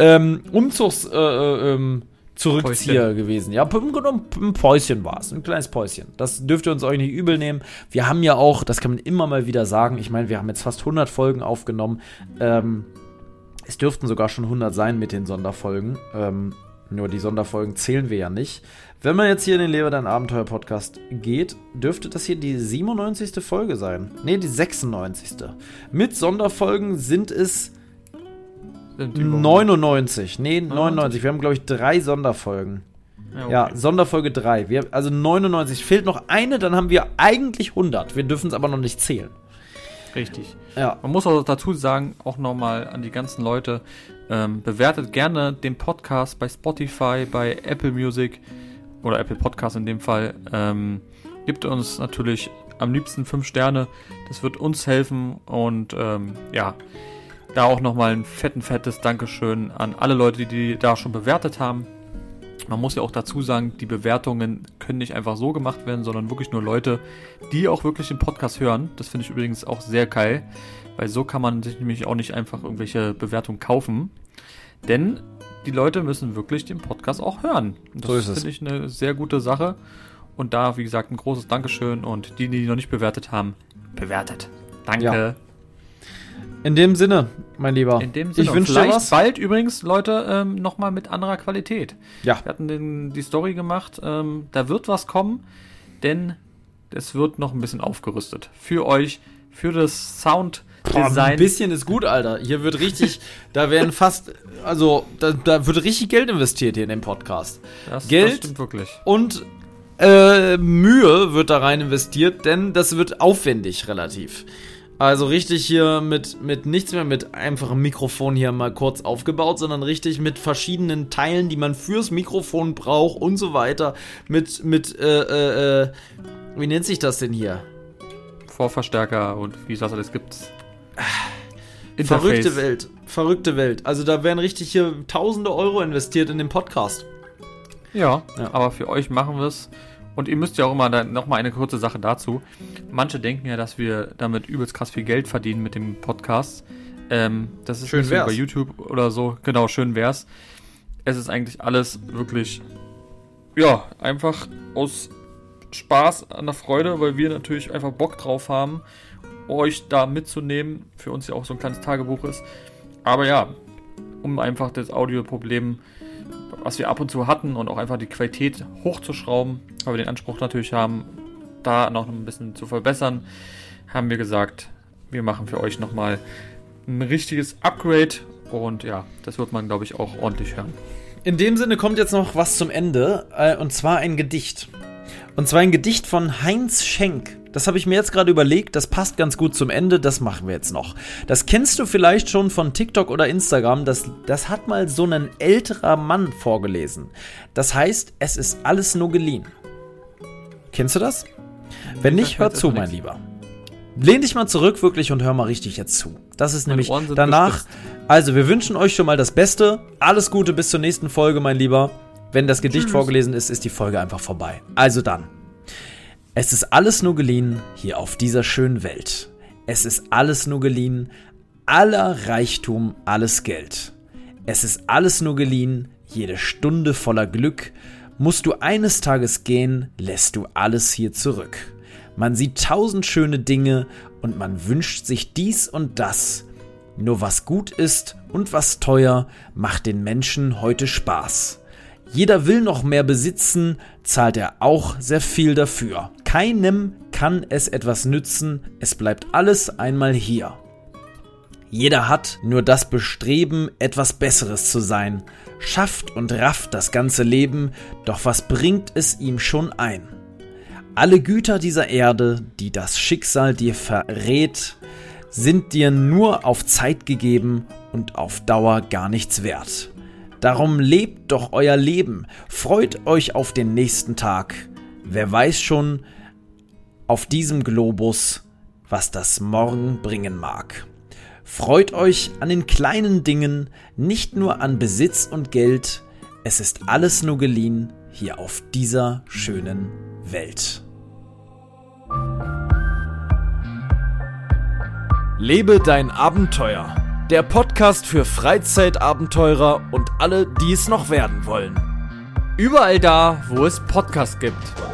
Zurückzieher gewesen. Ja, ein Päuschen war es. Ein kleines Päuschen. Das dürft ihr uns euch nicht übel nehmen. Wir haben ja auch, das kann man immer mal wieder sagen, ich meine, wir haben jetzt fast 100 Folgen aufgenommen. Es dürften sogar schon 100 sein mit den Sonderfolgen. Nur die Sonderfolgen zählen wir ja nicht. Wenn man jetzt hier in den Lebe dein Abenteuer Podcast geht, dürfte das hier die 97. Folge sein. Ne, die 96. Mit Sonderfolgen sind es 99. Nee, 99. Wir haben, glaube ich, 3 Sonderfolgen. Ja, okay. Ja, Sonderfolge 3. Also 99. Fehlt noch eine, dann haben wir eigentlich 100. Wir dürfen es aber noch nicht zählen. Richtig. Ja. Man muss auch dazu sagen, auch nochmal an die ganzen Leute, bewertet gerne den Podcast bei Spotify, bei Apple Music oder Apple Podcast in dem Fall. Gibt uns natürlich am liebsten 5 Sterne. Das wird uns helfen und ja, da auch nochmal ein fettes Dankeschön an alle Leute, die da schon bewertet haben. Man muss ja auch dazu sagen, die Bewertungen können nicht einfach so gemacht werden, sondern wirklich nur Leute, die auch wirklich den Podcast hören. Das finde ich übrigens auch sehr geil, weil so kann man sich nämlich auch nicht einfach irgendwelche Bewertungen kaufen. Denn die Leute müssen wirklich den Podcast auch hören. Das finde ich eine sehr gute Sache. Und da, wie gesagt, ein großes Dankeschön. Und die noch nicht bewertet haben, bewertet. Danke. Ja. In dem Sinne, mein Lieber. In dem Sinne. Ich wünsche dir was. Bald übrigens, Leute, nochmal mit anderer Qualität. Ja. Wir hatten die Story gemacht. Da wird was kommen, denn es wird noch ein bisschen aufgerüstet. Für euch, für das Sounddesign. Ein bisschen ist gut, Alter. Hier wird richtig, da werden fast, also da wird richtig Geld investiert hier in den Podcast. Das stimmt wirklich. Und Mühe wird da rein investiert, denn das wird aufwendig relativ. Also richtig hier mit nichts mehr mit einfachem Mikrofon hier mal kurz aufgebaut, sondern richtig mit verschiedenen Teilen, die man fürs Mikrofon braucht und so weiter. Mit wie nennt sich das denn hier? Vorverstärker und wie es das alles gibt. Verrückte Welt. Also da werden richtig hier tausende Euro investiert in den Podcast. Ja, aber für euch machen wir es. Und ihr müsst ja auch immer, nochmal eine kurze Sache dazu. Manche denken ja, dass wir damit übelst krass viel Geld verdienen mit dem Podcast. Das ist schön nicht so bei YouTube oder so. Genau, schön wär's. Es ist eigentlich alles wirklich, ja, einfach aus Spaß an der Freude, weil wir natürlich einfach Bock drauf haben, euch da mitzunehmen. Für uns ja auch so ein kleines Tagebuch ist. Aber ja, um einfach das Audioproblem was wir ab und zu hatten und auch einfach die Qualität hochzuschrauben, weil wir den Anspruch natürlich haben, da noch ein bisschen zu verbessern, haben wir gesagt, wir machen für euch nochmal ein richtiges Upgrade und ja, das wird man, glaube ich, auch ordentlich hören. In dem Sinne kommt jetzt noch was zum Ende, und zwar ein Gedicht. Und zwar ein Gedicht von Heinz Schenk. Das habe ich mir jetzt gerade überlegt, das passt ganz gut zum Ende, das machen wir jetzt noch. Das kennst du vielleicht schon von TikTok oder Instagram, das hat mal so ein älterer Mann vorgelesen. Das heißt, es ist alles nur geliehen. Kennst du das? Wenn nicht, hör zu, mein Lieber. Lehn dich mal zurück wirklich und hör mal richtig jetzt zu. Das ist nämlich danach. Also, wir wünschen euch schon mal das Beste. Alles Gute bis zur nächsten Folge, mein Lieber. Wenn das Gedicht vorgelesen ist, ist die Folge einfach vorbei. Also dann. Es ist alles nur geliehen hier auf dieser schönen Welt. Es ist alles nur geliehen, aller Reichtum, alles Geld. Es ist alles nur geliehen, jede Stunde voller Glück. Musst du eines Tages gehen, lässt du alles hier zurück. Man sieht 1000 schöne Dinge und man wünscht sich dies und das. Nur was gut ist und was teuer, macht den Menschen heute Spaß. Jeder will noch mehr besitzen, zahlt er auch sehr viel dafür. Keinem kann es etwas nützen, es bleibt alles einmal hier. Jeder hat nur das Bestreben, etwas Besseres zu sein, schafft und rafft das ganze Leben, doch was bringt es ihm schon ein? Alle Güter dieser Erde, die das Schicksal dir verrät, sind dir nur auf Zeit gegeben und auf Dauer gar nichts wert. Darum lebt doch euer Leben, freut euch auf den nächsten Tag. Wer weiß schon auf diesem Globus, was das Morgen bringen mag. Freut euch an den kleinen Dingen, nicht nur an Besitz und Geld. Es ist alles nur geliehen hier auf dieser schönen Welt. Lebe dein Abenteuer. Der Podcast für Freizeitabenteurer und alle, die es noch werden wollen. Überall da, wo es Podcasts gibt.